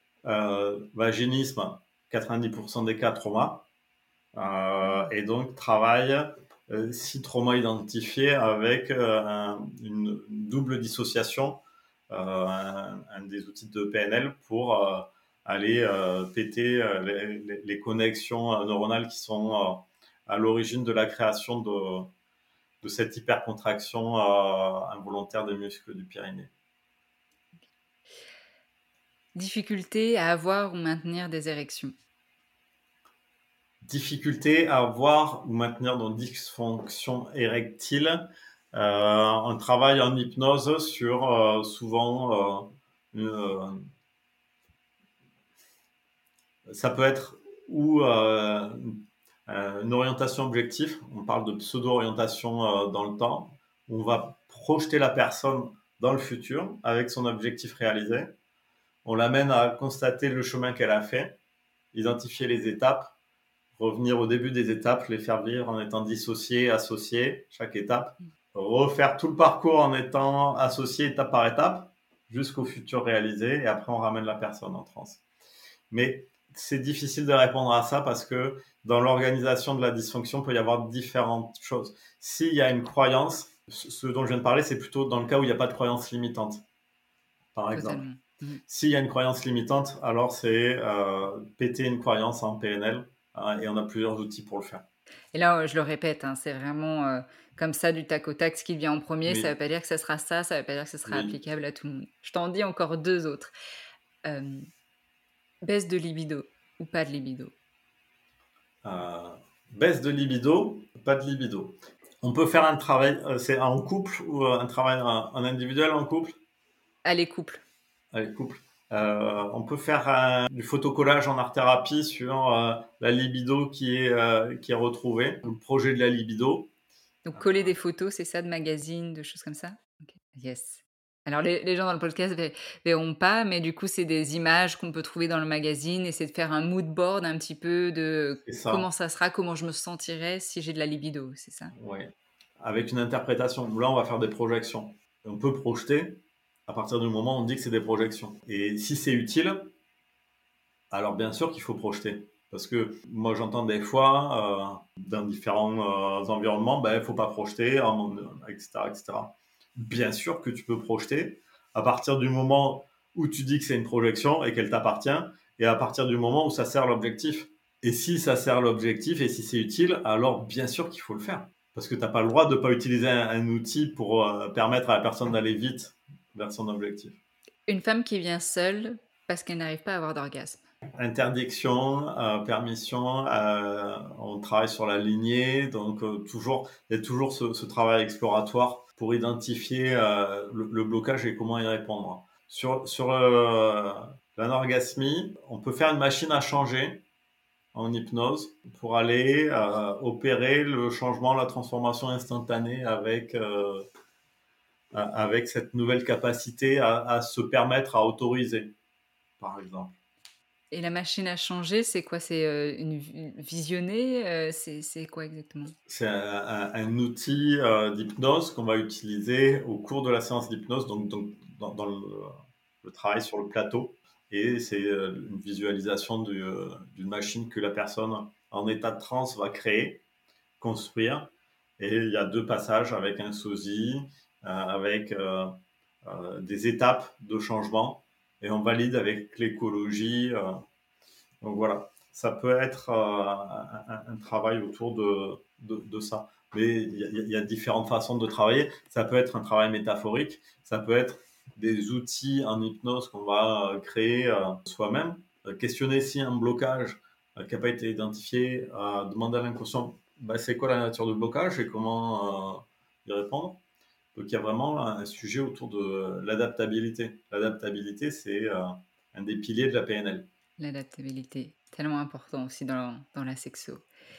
euh, vaginisme, quatre-vingt-dix pour cent des cas trauma. Euh, et donc, travaille, euh, si trauma identifié, avec euh, un- une double dissociation, euh, un, un des outils de P N L pour euh, aller euh, péter euh, les, les- les connexions euh, neuronales qui sont euh, à l'origine de la création de, de cette hypercontraction euh, involontaire des muscles du périnée. Difficulté à avoir ou maintenir des érections. Difficulté à avoir ou maintenir dans dysfonction érectile. Euh, on travaille en hypnose sur euh, souvent, euh, une, euh, ça peut être ou euh, euh, une orientation objective. On parle de pseudo-orientation euh, dans le temps. On va projeter la personne dans le futur avec son objectif réalisé. On l'amène à constater le chemin qu'elle a fait, identifier les étapes, revenir au début des étapes, les faire vivre en étant dissociés, associés, chaque étape, refaire tout le parcours en étant associé étape par étape, jusqu'au futur réalisé, et après on ramène la personne en transe. Mais c'est difficile de répondre à ça parce que dans l'organisation de la dysfonction, il peut y avoir différentes choses. S'il y a une croyance, ce dont je viens de parler, c'est plutôt dans le cas où il n'y a pas de croyance limitante, par exemple. Totalement. Mmh. S'il y a une croyance limitante, alors c'est euh, péter une croyance en P N L, hein, et on a plusieurs outils pour le faire. Et là, je le répète, hein, c'est vraiment euh, comme ça du tac au tac ce qui vient en premier. Oui. Ça ne veut pas dire que ça sera ça, ça ne veut pas dire que ce sera Oui. applicable à tout le monde. Je t'en dis encore deux autres. Euh, baisse de libido ou pas de libido? Euh, baisse de libido, pas de libido. On peut faire un travail, euh, c'est en couple ou euh, un travail en, en individuel en couple? Allez, couple. Allez, couple. Euh, on peut faire un, du photocollage en art-thérapie sur euh, la libido qui est, euh, qui est retrouvée, le projet de la libido. Donc, coller des photos, c'est ça, de magazines, de choses comme ça? Ok. Yes. Alors, les, les gens dans le podcast ne verront pas, mais du coup, c'est des images qu'on peut trouver dans le magazine et c'est de faire un mood board un petit peu de C'est ça. comment ça sera, comment je me sentirais si j'ai de la libido, c'est ça? Oui. Avec une interprétation. Là, on va faire des projections. On peut projeter à partir du moment où on dit que c'est des projections. Et si c'est utile, alors bien sûr qu'il faut projeter. Parce que moi, j'entends des fois, euh, dans différents euh, environnements, ben, il ne faut pas projeter, et cetera, et cetera. Bien sûr que tu peux projeter à partir du moment où tu dis que c'est une projection et qu'elle t'appartient, et à partir du moment où ça sert l'objectif. Et si ça sert l'objectif et si c'est utile, alors bien sûr qu'il faut le faire. Parce que tu n'as pas le droit de ne pas utiliser un, un outil pour euh, permettre à la personne d'aller vite vers son objectif. Une femme qui vient seule parce qu'elle n'arrive pas à avoir d'orgasme. Interdiction, euh, permission, euh, on travaille sur la lignée, donc euh, toujours, il y a toujours ce, ce travail exploratoire pour identifier euh, le, le blocage et comment y répondre. Sur, sur euh, l'anorgasmie, on peut faire une machine à changer en hypnose pour aller euh, opérer le changement, la transformation instantanée avec, euh, avec cette nouvelle capacité à, à se permettre à autoriser, par exemple. Et la machine à changer, c'est quoi? C'est euh, une, une visionnée euh, c'est, c'est quoi exactement? C'est un, un, un outil euh, d'hypnose qu'on va utiliser au cours de la séance d'hypnose, donc, donc dans, dans le, le travail sur le plateau. Et c'est euh, une visualisation du, euh, d'une machine que la personne en état de transe va créer, construire. Et il y a deux passages avec un sosie, euh, avec euh, euh, des étapes de changement. Et on valide avec l'écologie. Euh, donc voilà, ça peut être euh, un, un, un travail autour de, de, de ça. Mais il y, y a différentes façons de travailler. Ça peut être un travail métaphorique, ça peut être des outils en hypnose qu'on va créer euh, soi-même. Euh, questionner si un blocage euh, qui n'a pas été identifié, euh, demander à l'inconscient bah, c'est quoi la nature du blocage et comment euh, y répondre. Donc il y a vraiment un sujet autour de l'adaptabilité. L'adaptabilité, c'est euh, un des piliers de la P N L. L'adaptabilité, tellement important aussi dans, dans la sexo.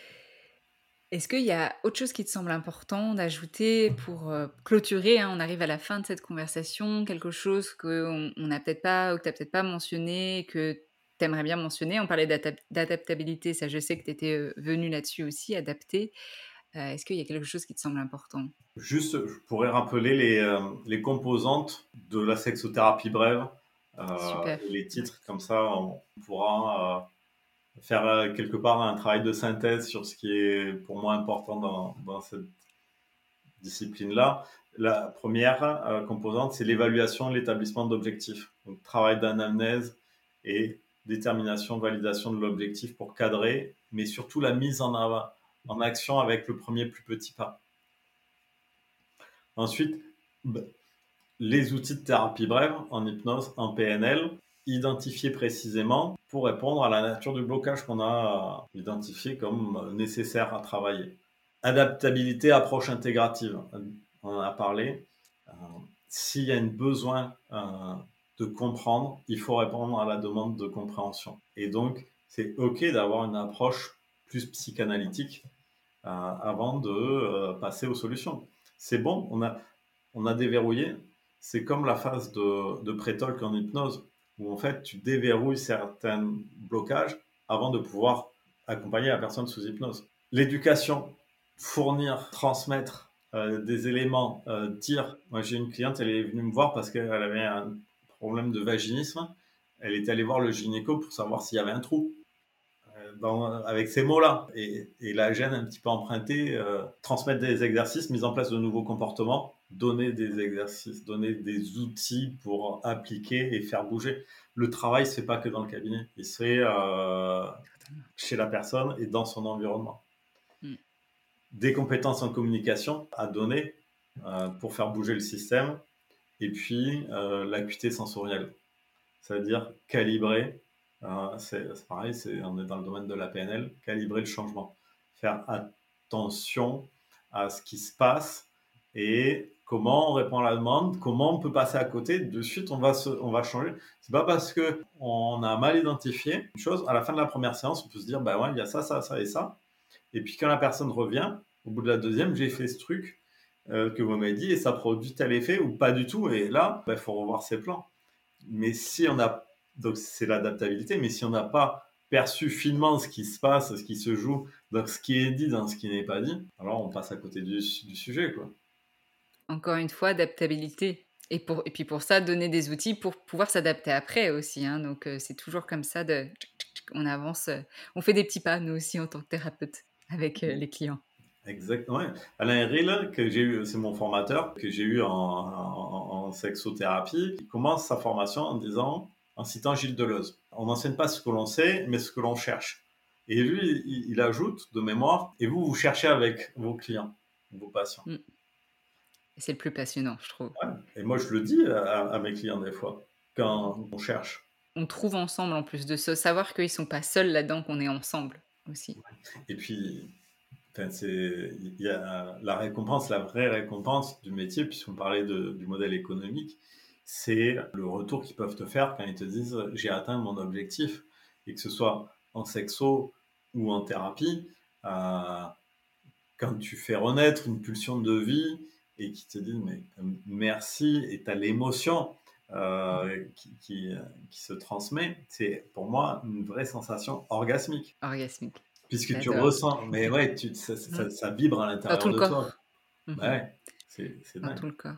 Est-ce qu'il y a autre chose qui te semble important d'ajouter pour euh, clôturer, hein, on arrive à la fin de cette conversation, quelque chose qu'on n'a peut-être pas, ou que tu n'as peut-être pas mentionné, que tu aimerais bien mentionner. On parlait d'adap- d'adaptabilité, ça je sais que tu étais euh, venu là-dessus aussi, adapter. Euh, est-ce qu'il y a quelque chose qui te semble important? Juste, je pourrais rappeler les, euh, les composantes de la sexothérapie brève, euh, Super. et les titres, comme ça on pourra euh, faire euh, quelque part un travail de synthèse sur ce qui est pour moi important dans, dans cette discipline-là. La première euh, composante, c'est l'évaluation, l'établissement d'objectifs. Donc travail d'anamnèse et détermination, validation de l'objectif pour cadrer, mais surtout la mise en, avant, en action avec le premier plus petit pas. Ensuite, les outils de thérapie brève en hypnose, en P N L, identifiés précisément pour répondre à la nature du blocage qu'on a identifié comme nécessaire à travailler. Adaptabilité, approche intégrative, on en a parlé. Euh, s'il y a un besoin euh, de comprendre, il faut répondre à la demande de compréhension. Et donc, c'est OK d'avoir une approche plus psychanalytique euh, avant de euh, passer aux solutions. C'est bon, on a, on a déverrouillé. C'est comme la phase de, de pré-talk en hypnose, où en fait, tu déverrouilles certains blocages avant de pouvoir accompagner la personne sous hypnose. L'éducation, fournir, transmettre euh, des éléments, euh, dire. Moi, j'ai une cliente, elle est venue me voir parce qu'elle avait un problème de vaginisme. Elle est allée voir le gynéco pour savoir s'il y avait un trou. Dans, avec ces mots-là, et, et la gêne un petit peu empruntée, euh, transmettre des exercices, mise en place de nouveaux comportements, donner des exercices, donner des outils pour appliquer et faire bouger. Le travail, c'est pas que dans le cabinet, il se fait euh, chez la personne et dans son environnement. Mm. Des compétences en communication à donner euh, pour faire bouger le système, et puis euh, l'acuité sensorielle, c'est-à-dire calibrer. Euh, c'est, c'est pareil, c'est, on est dans le domaine de la P N L, calibrer le changement, faire attention à ce qui se passe et comment on répond à la demande, comment on peut passer à côté, de suite on va, se, on va changer. C'est pas parce qu'on a mal identifié une chose, à la fin de la première séance, on peut se dire, bah ouais, il y a ça, ça, ça et ça. Et puis quand la personne revient, au bout de la deuxième, j'ai fait ce truc euh, que vous m'avez dit et ça produit tel effet ou pas du tout. Et là, il bah, faut revoir ses plans. Mais si on a, donc c'est l'adaptabilité, mais si on n'a pas perçu finement ce qui se passe, ce qui se joue, dans ce qui est dit, dans ce qui n'est pas dit, alors on passe à côté du, du sujet, quoi. Encore une fois, adaptabilité. Et, pour, et puis pour ça, donner des outils pour pouvoir s'adapter après aussi. Hein. Donc euh, c'est toujours comme ça, de, on avance, euh, on fait des petits pas, nous aussi, en tant que thérapeute, avec euh, les clients. Exactement. Ouais. Alain Héril, que j'ai eu, c'est mon formateur, que j'ai eu en, en, en sexothérapie, il commence sa formation en disant, en citant Gilles Deleuze, on n'enseigne pas ce que l'on sait, mais ce que l'on cherche. Et lui, il, il ajoute de mémoire, et vous, vous cherchez avec vos clients, vos patients. Mm. C'est le plus passionnant, je trouve. Ouais. Et moi, je le dis à, à mes clients des fois, quand on cherche. On trouve ensemble, en plus de se savoir qu'ils ne sont pas seuls là-dedans, qu'on est ensemble aussi. Et puis, enfin, c'est, il y a la récompense, la vraie récompense du métier, puisqu'on parlait de, du modèle économique, c'est le retour qu'ils peuvent te faire quand ils te disent « j'ai atteint mon objectif », et que ce soit en sexo ou en thérapie, euh, quand tu fais renaître une pulsion de vie et qu'ils te disent « mais merci » et tu as l'émotion euh, qui, qui, qui se transmet, c'est pour moi une vraie sensation orgasmique. Orgasmique. Puisque tu ressens, mais ouais, tu, ça, ça, ça vibre à l'intérieur dans tout de le toi. Corps. Mmh. Ouais, c'est, c'est dans dingue. tout le corps.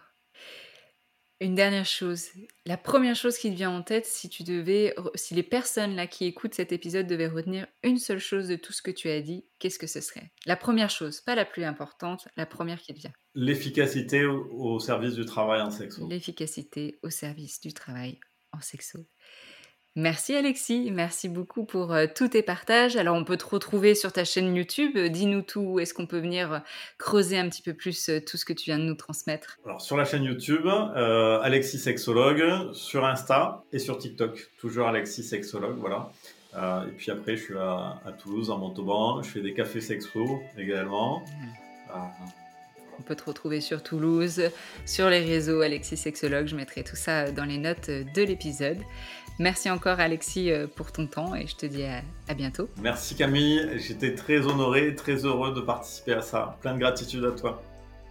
Une dernière chose, la première chose qui te vient en tête, si tu devais, si les personnes là qui écoutent cet épisode devaient retenir une seule chose de tout ce que tu as dit, qu'est-ce que ce serait ? La première chose, pas la plus importante, la première qui te vient. L'efficacité au, au service du travail en sexo. L'efficacité au service du travail en sexo. Merci Alexis, merci beaucoup pour euh, tous tes partages. Alors on peut te retrouver sur ta chaîne YouTube, dis-nous tout, où est-ce qu'on peut venir euh, creuser un petit peu plus euh, tout ce que tu viens de nous transmettre ? Alors sur la chaîne YouTube, euh, Alexis Sexologue, sur Insta et sur TikTok, toujours Alexis Sexologue, voilà. Euh, et puis après je suis à, à Toulouse, à Montauban, je fais des cafés sexo également. Mmh. Euh, On peut te retrouver sur Toulouse, sur les réseaux Alexis Sexologue, je mettrai tout ça dans les notes de l'épisode. Merci encore Alexis pour ton temps et je te dis à, à bientôt. Merci Camille, j'étais très honoré, très heureux de participer à ça. Plein de gratitude à toi.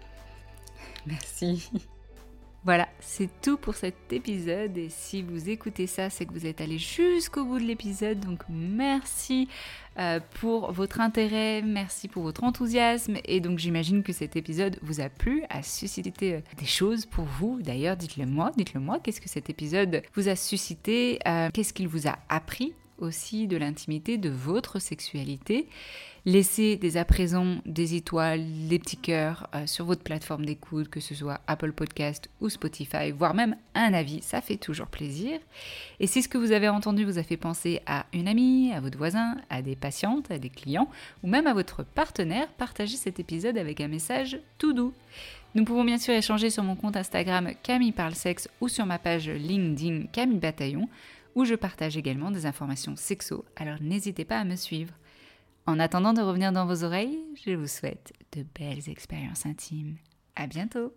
Merci. Voilà, c'est tout pour cet épisode et si vous écoutez ça, c'est que vous êtes allé jusqu'au bout de l'épisode, donc merci euh, pour votre intérêt, merci pour votre enthousiasme et donc j'imagine que cet épisode vous a plu, a suscité euh, des choses pour vous. D'ailleurs, dites-le moi, dites-le moi, qu'est-ce que cet épisode vous a suscité, euh, qu'est-ce qu'il vous a appris aussi de l'intimité de votre sexualité. Laissez dès à présent des étoiles, des petits cœurs euh, sur votre plateforme d'écoute, que ce soit Apple Podcast ou Spotify, voire même un avis, ça fait toujours plaisir. Et si ce que vous avez entendu vous a fait penser à une amie, à votre voisin, à des patientes, à des clients, ou même à votre partenaire, partagez cet épisode avec un message tout doux. Nous pouvons bien sûr échanger sur mon compte Instagram Camille Parle Sexe ou sur ma page LinkedIn Camille Bataillon, où je partage également des informations sexo, alors n'hésitez pas à me suivre. En attendant de revenir dans vos oreilles, je vous souhaite de belles expériences intimes. À bientôt!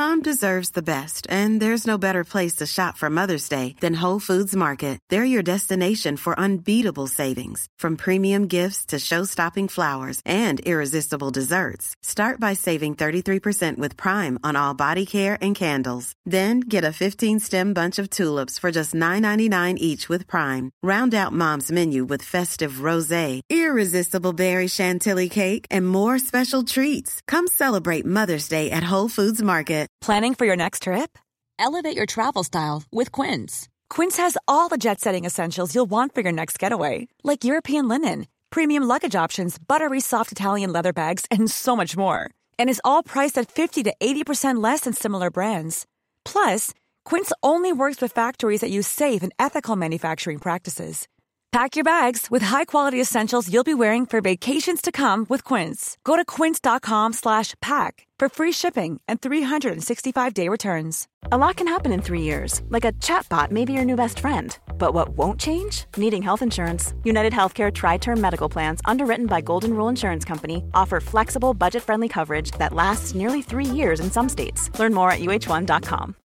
Mom deserves the best, and there's no better place to shop for Mother's Day than Whole Foods Market. They're your destination for unbeatable savings, from premium gifts to show-stopping flowers and irresistible desserts. Start by saving thirty-three percent with Prime on all body care and candles. Then get a fifteen-stem bunch of tulips for just nine ninety-nine each with Prime. Round out Mom's menu with festive rosé, irresistible berry chantilly cake, and more special treats. Come celebrate Mother's Day at Whole Foods Market. Planning for your next trip? Elevate your travel style with Quince. Quince has all the jet-setting essentials you'll want for your next getaway, like European linen, premium luggage options, buttery soft Italian leather bags, and so much more. And is all priced at fifty to eighty percent less than similar brands. Plus, Quince only works with factories that use safe and ethical manufacturing practices. Pack your bags with high-quality essentials you'll be wearing for vacations to come with Quince. Go to quince.com slash pack for free shipping and three sixty-five day returns. A lot can happen in three years, like a chatbot may be your new best friend. But what won't change? Needing health insurance. United Healthcare Tri-Term Medical Plans, underwritten by Golden Rule Insurance Company, offer flexible, budget-friendly coverage that lasts nearly three years in some states. Learn more at U H one dot com.